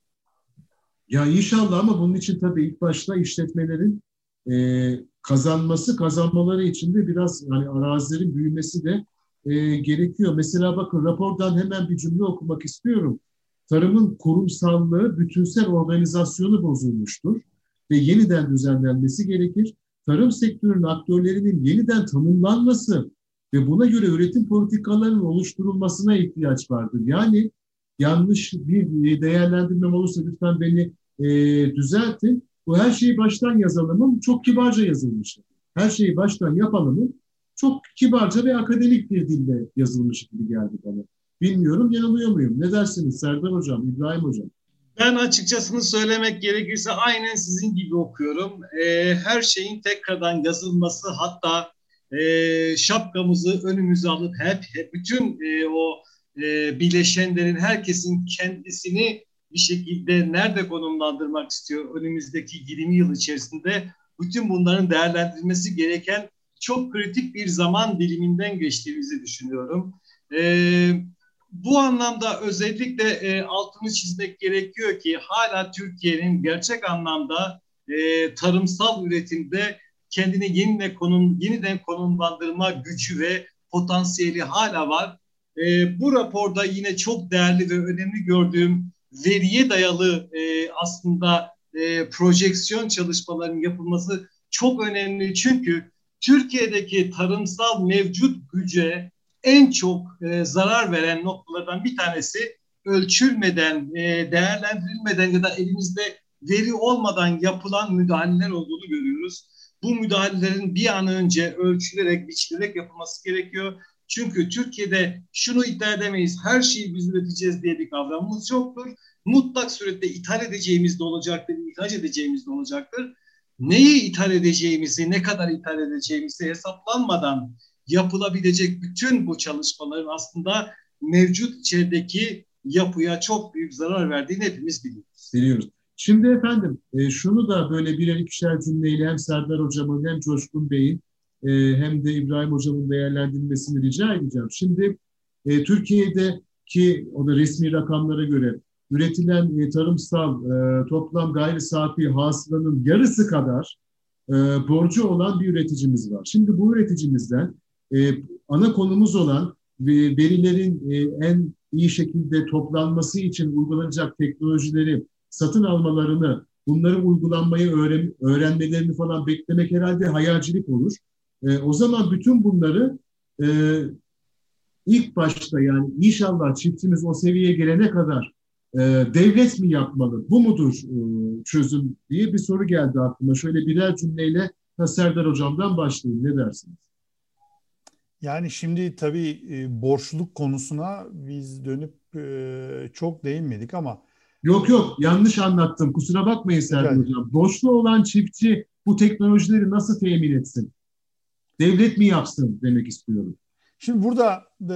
Ya inşallah ama bunun için tabii ilk başta işletmelerin e, kazanması, kazanmaları için de biraz hani arazilerin büyümesi de e, gerekiyor. Mesela bakın rapordan hemen bir cümle okumak istiyorum. Tarımın kurumsallığı, bütünsel organizasyonu bozulmuştur ve yeniden düzenlenmesi gerekir. Tarım sektörünün aktörlerinin yeniden tanımlanması ve buna göre üretim politikalarının oluşturulmasına ihtiyaç vardır. Yani yanlış bir değerlendirmem olursa lütfen beni e, düzeltin. Bu her şeyi baştan yazalımın çok kibarca yazılmış. Her şeyi baştan yapalımın çok kibarca ve akademik bir dille yazılmış gibi geldi bana. Bilmiyorum, yanılıyor muyum? Ne dersiniz Serdar Hocam, İbrahim Hocam? Ben açıkçasını söylemek gerekirse aynen sizin gibi okuyorum. E, her şeyin tekrardan yazılması, hatta e, şapkamızı önümüze alıp hep, hep bütün e, o e, bileşenlerin, herkesin kendisini bir şekilde nerede konumlandırmak istiyor önümüzdeki yirmi yıl içerisinde, bütün bunların değerlendirilmesi gereken çok kritik bir zaman diliminden geçtiğimizi düşünüyorum. E, bu anlamda özellikle e, altını çizmek gerekiyor ki hala Türkiye'nin gerçek anlamda e, tarımsal üretimde kendini yeniden, konum, yeniden konumlandırma gücü ve potansiyeli hala var. E, bu raporda yine çok değerli ve önemli gördüğüm veriye dayalı e, aslında e, projeksiyon çalışmalarının yapılması çok önemli. Çünkü Türkiye'deki tarımsal mevcut güce en çok e, zarar veren noktalardan bir tanesi ölçülmeden, e, değerlendirilmeden ya da elimizde veri olmadan yapılan müdahaleler olduğunu görüyoruz. Bu müdahalelerin bir an önce ölçülerek, biçilerek yapılması gerekiyor. Çünkü Türkiye'de şunu iddia edemeyiz, her şeyi biz üreteceğiz diye bir kavramımız yoktur. Mutlak surette ithal edeceğimiz de olacaktır, ihraç edeceğimiz de olacaktır. Neyi ithal edeceğimizi, ne kadar ithal edeceğimizi hesaplanmadan yapılabilecek bütün bu çalışmaların aslında mevcut içerideki yapıya çok büyük zarar verdiğini hepimiz biliyoruz. Biliyoruz. Şimdi efendim e, şunu da böyle birer ikişer cümleyle hem Serdar Hocam'ın hem Coşkun Bey'in e, hem de İbrahim Hocam'ın değerlendirmesini rica edeceğim. Şimdi e, Türkiye'deki o da resmi rakamlara göre üretilen e, tarımsal e, toplam gayri safi hasılanın yarısı kadar e, borcu olan bir üreticimiz var. Şimdi bu üreticimizden e, ana konumuz olan ve verilerin e, en iyi şekilde toplanması için uygulanacak teknolojileri satın almalarını, bunları uygulanmayı öğren, öğrenmelerini falan beklemek herhalde hayalcilik olur. E, o zaman bütün bunları e, ilk başta, yani inşallah çiftçimiz o seviyeye gelene kadar e, devlet mi yapmalı, bu mudur e, çözüm diye bir soru geldi aklıma. Şöyle birer cümleyle Serdar Hocam'dan başlayayım, ne dersiniz? Yani şimdi tabii e, borçluluk konusuna biz dönüp e, çok değinmedik ama... Yok yok, yanlış anlattım. Kusura bakmayın Serdar yani. Hocam. Borçlu olan çiftçi bu teknolojileri nasıl temin etsin? Devlet mi yapsın demek istiyorum. Şimdi burada e,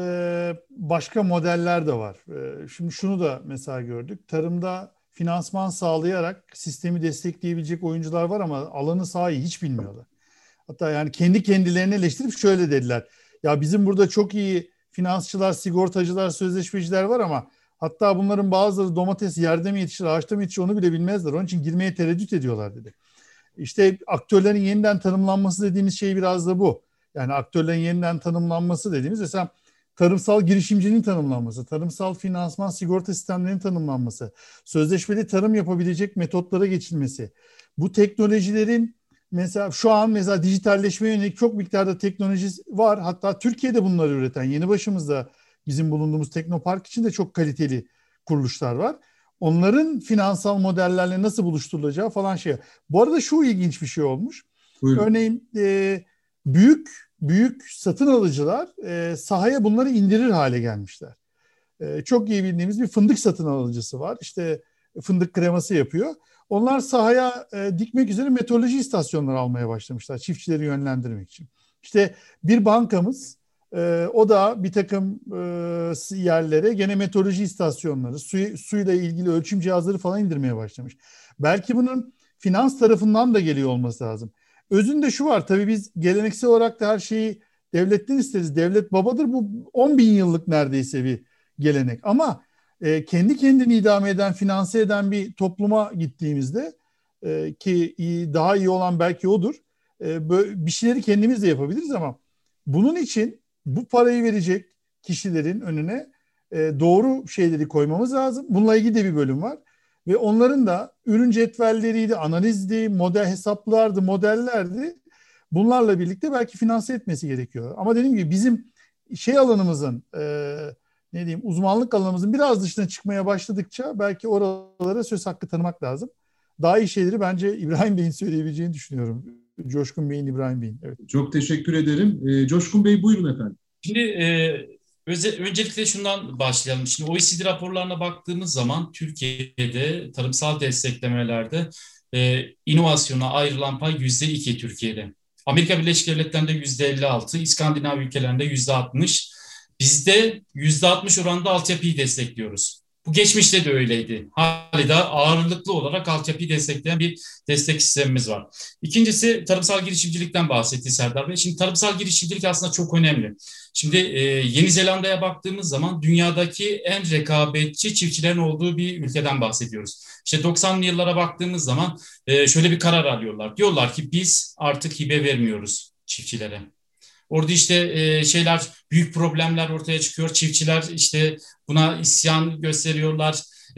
başka modeller de var. E, şimdi şunu da mesela gördük. Tarımda finansman sağlayarak sistemi destekleyebilecek oyuncular var ama alanı sahayı hiç bilmiyorlar. Hatta yani kendi kendilerini eleştirip şöyle dediler. Ya bizim burada çok iyi finansçılar, sigortacılar, sözleşmeciler var ama hatta bunların bazıları domates yerde mi yetişir, ağaçta mı yetişir onu bile bilmezler. Onun için girmeye tereddüt ediyorlar dedi. İşte aktörlerin yeniden tanımlanması dediğimiz şey biraz da bu. Yani aktörlerin yeniden tanımlanması dediğimiz mesela tarımsal girişimcinin tanımlanması, tarımsal finansman sigorta sistemlerinin tanımlanması, sözleşmeli tarım yapabilecek metotlara geçilmesi. Bu teknolojilerin mesela şu an mesela dijitalleşmeye yönelik çok miktarda teknoloji var. Hatta Türkiye'de bunları üreten, yeni başımızda bizim bulunduğumuz Teknopark için de çok kaliteli kuruluşlar var. Onların finansal modellerle nasıl buluşturulacağı falan şey. Bu arada şu ilginç bir şey olmuş. Buyurun. Örneğin e, büyük büyük satın alıcılar e, sahaya bunları indirir hale gelmişler. E, çok iyi bildiğimiz bir fındık satın alıcısı var. İşte fındık kreması yapıyor. Onlar sahaya e, dikmek üzere meteoroloji istasyonları almaya başlamışlar çiftçileri yönlendirmek için. İşte bir bankamız e, o da bir takım e, yerlere gene meteoroloji istasyonları, su, suyla ilgili ölçüm cihazları falan indirmeye başlamış. Belki bunun finans tarafından da geliyor olması lazım. Özünde şu var, tabii biz geleneksel olarak da her şeyi devletten isteriz. Devlet babadır, bu on bin yıllık neredeyse bir gelenek. Ama e, kendi kendini idame eden, finanse eden bir topluma gittiğimizde e, ki iyi, daha iyi olan belki odur. E, böyle bir şeyleri kendimiz de yapabiliriz ama bunun için bu parayı verecek kişilerin önüne e, doğru şeyleri koymamız lazım. Bununla ilgili de bir bölüm var. Ve onların da ürün cetvelleriydi, analizdi, model hesaplardı, modellerdi. Bunlarla birlikte belki finanse etmesi gerekiyor. Ama dediğim gibi bizim şey alanımızın, e, ne diyeyim, uzmanlık alanımızın biraz dışına çıkmaya başladıkça belki oralara söz hakkı tanımak lazım. Daha iyi şeyleri bence İbrahim Bey'in söyleyebileceğini düşünüyorum. Coşkun Bey'in, İbrahim Bey'in. Evet. Çok teşekkür ederim. E, Coşkun Bey buyurun efendim. Şimdi e, öze, öncelikle şundan başlayalım. Şimdi O E C D raporlarına baktığımız zaman Türkiye'de tarımsal desteklemelerde e, inovasyona ayrılan pay yüzde iki Türkiye'de. Amerika Birleşik Devletleri'nde yüzde elli altı, İskandinav ülkelerinde yüzde altmış. Bizde yüzde altmış oranında altyapıyı destekliyoruz. Bu geçmişte de öyleydi. Halida ağırlıklı olarak altyapıyı destekleyen bir destek sistemimiz var. İkincisi tarımsal girişimcilikten bahsetti Serdar Bey. Şimdi tarımsal girişimcilik aslında çok önemli. Şimdi e, Yeni Zelanda'ya baktığımız zaman dünyadaki en rekabetçi çiftçilerin olduğu bir ülkeden bahsediyoruz. İşte doksanlı yıllara baktığımız zaman e, şöyle bir karar alıyorlar. Diyorlar ki biz artık hibe vermiyoruz çiftçilere. Orada işte e, şeyler, büyük problemler ortaya çıkıyor. Çiftçiler işte buna isyan gösteriyorlar. E,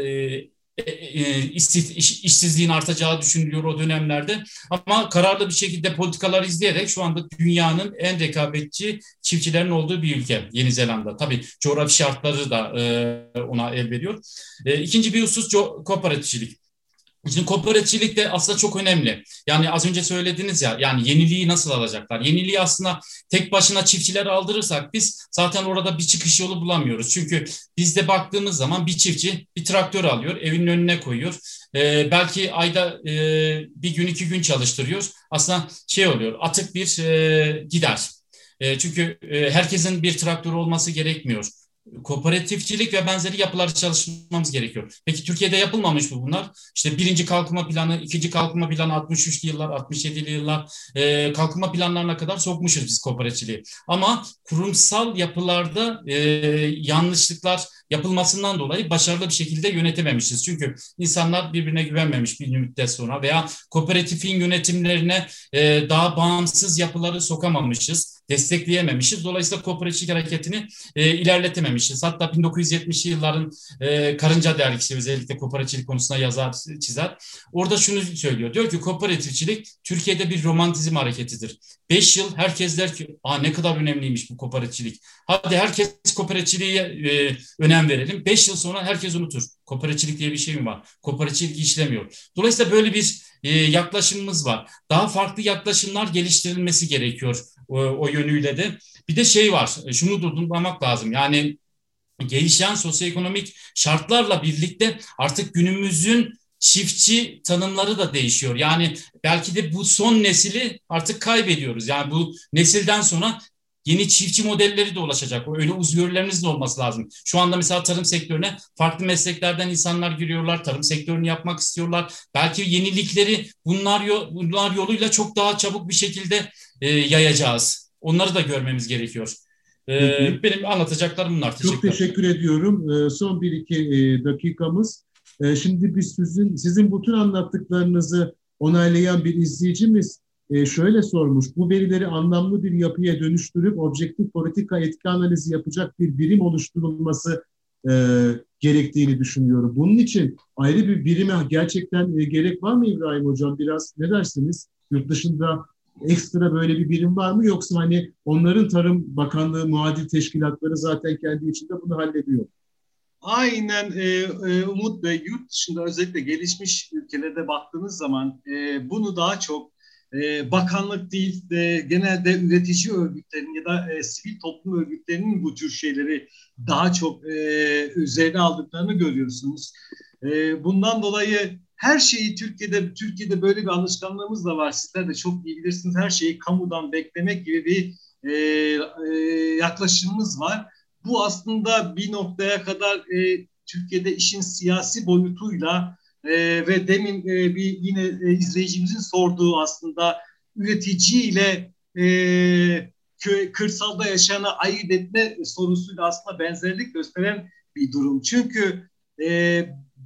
e, e, işsiz, iş, işsizliğin artacağı düşünülüyor o dönemlerde. Ama kararlı bir şekilde politikalar izleyerek şu anda dünyanın en rekabetçi çiftçilerin olduğu bir ülke Yeni Zelanda. Tabii coğrafi şartları da e, ona el veriyor. E, ikinci bir husus kooperatifçilik. Şimdi kooperatifçilik de aslında çok önemli. Yani az önce söylediniz ya, yani yeniliği nasıl alacaklar? Yeniliği aslında tek başına çiftçileri aldırırsak biz zaten orada bir çıkış yolu bulamıyoruz. Çünkü bizde baktığımız zaman bir çiftçi bir traktör alıyor, evinin önüne koyuyor. Ee, belki ayda e, bir gün iki gün çalıştırıyor. Aslında şey oluyor, atık bir e, gider. E, çünkü e, herkesin bir traktörü olması gerekmiyor. kooperatifçilik ve benzeri yapıları çalışmamız gerekiyor. Peki Türkiye'de yapılmamış mı bunlar? İşte birinci kalkınma planı, ikinci kalkınma planı altmış üçlü yıllar, altmış yedili yıllar e, kalkınma planlarına kadar sokmuşuz biz kooperatifçiliği. Ama kurumsal yapılarda e, yanlışlıklar yapılmasından dolayı başarılı bir şekilde yönetememişiz. Çünkü insanlar birbirine güvenmemiş bir müddet sonra veya kooperatifin yönetimlerine e, daha bağımsız yapıları sokamamışız, destekleyememişiz. Dolayısıyla kooperatifçilik hareketini e, ilerletememişiz. Hatta bin dokuz yüz yetmişli yılların e, Karınca Dergisi özellikle kooperatifçilik konusunda yazar, çizer. Orada şunu söylüyor. Diyor ki kooperatifçilik Türkiye'de bir romantizm hareketidir. Beş yıl herkes der ki aa, ne kadar önemliymiş bu kooperatifçilik. Hadi herkes kooperatifçiliğe e, önem verelim. Beş yıl sonra herkes unutur. Kooperatifçilik diye bir şey mi var? Kooperatifçilik işlemiyor. Dolayısıyla böyle bir e, yaklaşımımız var. Daha farklı yaklaşımlar geliştirilmesi gerekiyor o, o yönüyle de. Bir de şey var, şunu durdurmak lazım. Yani gelişen sosyoekonomik şartlarla birlikte artık günümüzün çiftçi tanımları da değişiyor. Yani belki de bu son nesili artık kaybediyoruz. Yani bu nesilden sonra yeni çiftçi modelleri de ulaşacak. Öyle uzgörüleriniz de olması lazım. Şu anda mesela tarım sektörüne farklı mesleklerden insanlar giriyorlar. Tarım sektörünü yapmak istiyorlar. Belki yenilikleri bunlar, bunlar yoluyla çok daha çabuk bir şekilde e, yayacağız. Onları da görmemiz gerekiyor. E, benim anlatacaklarım bunlar. Çok teşekkür, teşekkür ediyorum. E, son bir iki e, dakikamız. E, şimdi biz sizin, sizin bütün anlattıklarınızı onaylayan bir izleyicimiz e, şöyle sormuş. Bu verileri anlamlı bir yapıya dönüştürüp objektif politika etki analizi yapacak bir birim oluşturulması e, gerektiğini düşünüyorum. Bunun için ayrı bir birime gerçekten e, gerek var mı İbrahim Hocam? Biraz ne dersiniz? Yurt dışında ekstra böyle bir birim var mı? Yoksa hani onların Tarım Bakanlığı muadil teşkilatları zaten kendi içinde bunu hallediyor. Aynen e, e, Umut Bey, yurt dışında özellikle gelişmiş ülkelerde baktığınız zaman e, bunu daha çok e, bakanlık değil de genelde üretici örgütlerinin ya da e, sivil toplum örgütlerinin bu tür şeyleri daha çok e, üzerine aldıklarını görüyorsunuz. E, bundan dolayı her şeyi Türkiye'de Türkiye'de böyle bir alışkanlığımız da var. Sizler de çok iyi bilirsiniz. Her şeyi kamudan beklemek gibi bir e, e, yaklaşımımız var. Bu aslında bir noktaya kadar e, Türkiye'de işin siyasi boyutuyla e, ve demin e, bir yine e, izleyicimizin sorduğu aslında üreticiyle e, köy, kırsalda yaşayanı ayırt etme sorusuyla aslında benzerlik gösteren bir durum. Çünkü e,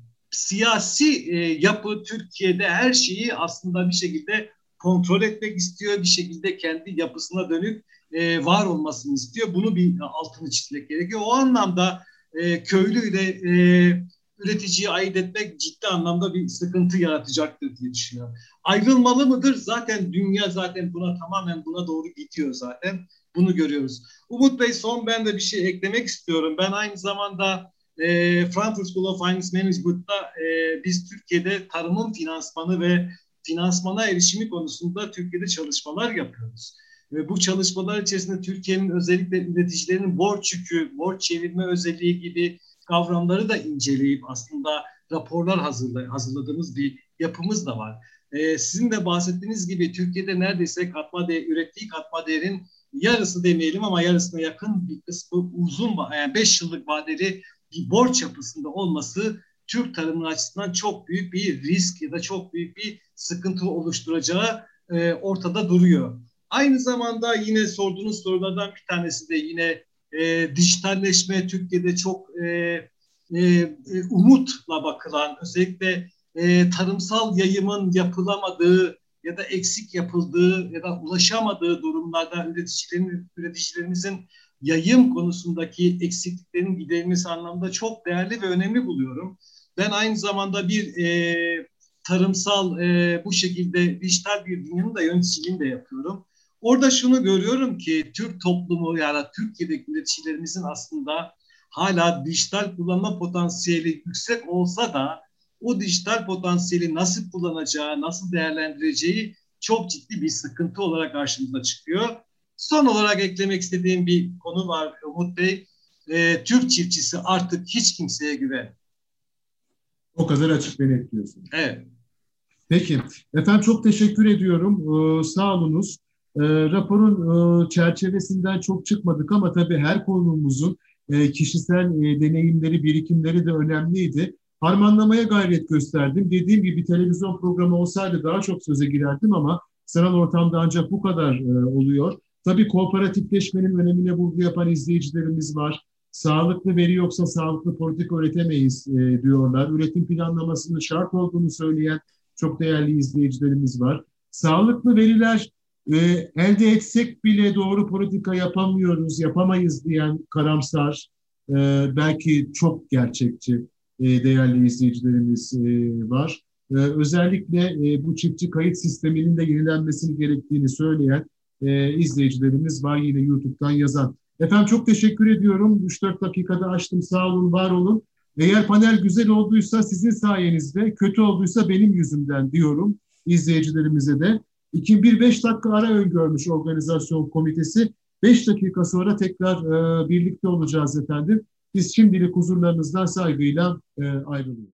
siyasi e, yapı Türkiye'de her şeyi aslında bir şekilde kontrol etmek istiyor, bir şekilde kendi yapısına dönük e, var olmasını istiyor. Bunu bir altını çizmek gerekiyor. O anlamda e, köylüyle e, üreticiyi ayırt etmek ciddi anlamda bir sıkıntı yaratacaktır diye düşünüyorum. Ayrılmalı mıdır? Zaten dünya zaten buna tamamen buna doğru gidiyor zaten. Bunu görüyoruz. Umut Bey, son ben de bir şey eklemek istiyorum. Ben aynı zamanda e, Frankfurt School of Finance Management'ta e, biz Türkiye'de tarımın finansmanı ve finansmana erişimi konusunda Türkiye'de çalışmalar yapıyoruz. Ve bu çalışmalar içerisinde Türkiye'nin özellikle üreticilerin borç yükü, borç çevirme özelliği gibi kavramları da inceleyip aslında raporlar hazırlay- hazırladığımız bir yapımız da var. Ee, sizin de bahsettiğiniz gibi Türkiye'de neredeyse katma değer, ürettiği katma değerin yarısı demeyelim ama yarısına yakın bir kısmı uzun, yani beş yıllık vadeli bir borç yapısında olması Türk tarımı açısından çok büyük bir risk ya da çok büyük bir sıkıntı oluşturacağı e, ortada duruyor. Aynı zamanda yine sorduğunuz sorulardan bir tanesi de yine e, dijitalleşme Türkiye'de çok e, e, umutla bakılan, özellikle e, tarımsal yayımın yapılamadığı ya da eksik yapıldığı ya da ulaşamadığı durumlarda üreticilerin, üreticilerimizin yayım konusundaki eksikliklerin giderilmesi anlamda çok değerli ve önemli buluyorum. Ben aynı zamanda bir e, tarımsal e, bu şekilde dijital bir dünyanın da yöneticiliğini de yapıyorum. Orada şunu görüyorum ki Türk toplumu yani Türkiye'deki üreticilerimizin aslında hala dijital kullanma potansiyeli yüksek olsa da o dijital potansiyeli nasıl kullanacağı, nasıl değerlendireceği çok ciddi bir sıkıntı olarak karşımıza çıkıyor. Son olarak eklemek istediğim bir konu var Umut Bey. E, Türk çiftçisi artık hiç kimseye güven. O kadar açık ve net diyorsun. Evet. Peki. Efendim çok teşekkür ediyorum. Ee, sağ olunuz. Ee, raporun e, çerçevesinden çok çıkmadık ama tabii her konumuzun e, kişisel e, deneyimleri, birikimleri de önemliydi. Harmanlamaya gayret gösterdim. Dediğim gibi televizyon programı olsaydı daha çok söze girerdim ama sanal ortamda ancak bu kadar e, oluyor. Tabii kooperatifleşmenin önemine vurgu yapan izleyicilerimiz var. Sağlıklı veri yoksa sağlıklı politika üretemeyiz e, diyorlar. Üretim planlamasının şart olduğunu söyleyen çok değerli izleyicilerimiz var. Sağlıklı veriler e, elde etsek bile doğru politika yapamıyoruz, yapamayız diyen karamsar, e, belki çok gerçekçi e, değerli izleyicilerimiz e, var. E, özellikle e, bu çiftçi kayıt sisteminin de yenilenmesini gerektiğini söyleyen e, izleyicilerimiz var yine YouTube'dan yazan. Efendim çok teşekkür ediyorum. üç dört dakikada açtım. Sağ olun, var olun. Eğer panel güzel olduysa sizin sayenizde, kötü olduysa benim yüzümden diyorum izleyicilerimize de. iki bir beş dakika ara öngörmüş organizasyon komitesi. beş dakika sonra tekrar e, birlikte olacağız efendim. Biz şimdilik huzurlarınızdan saygıyla e, ayrılıyoruz.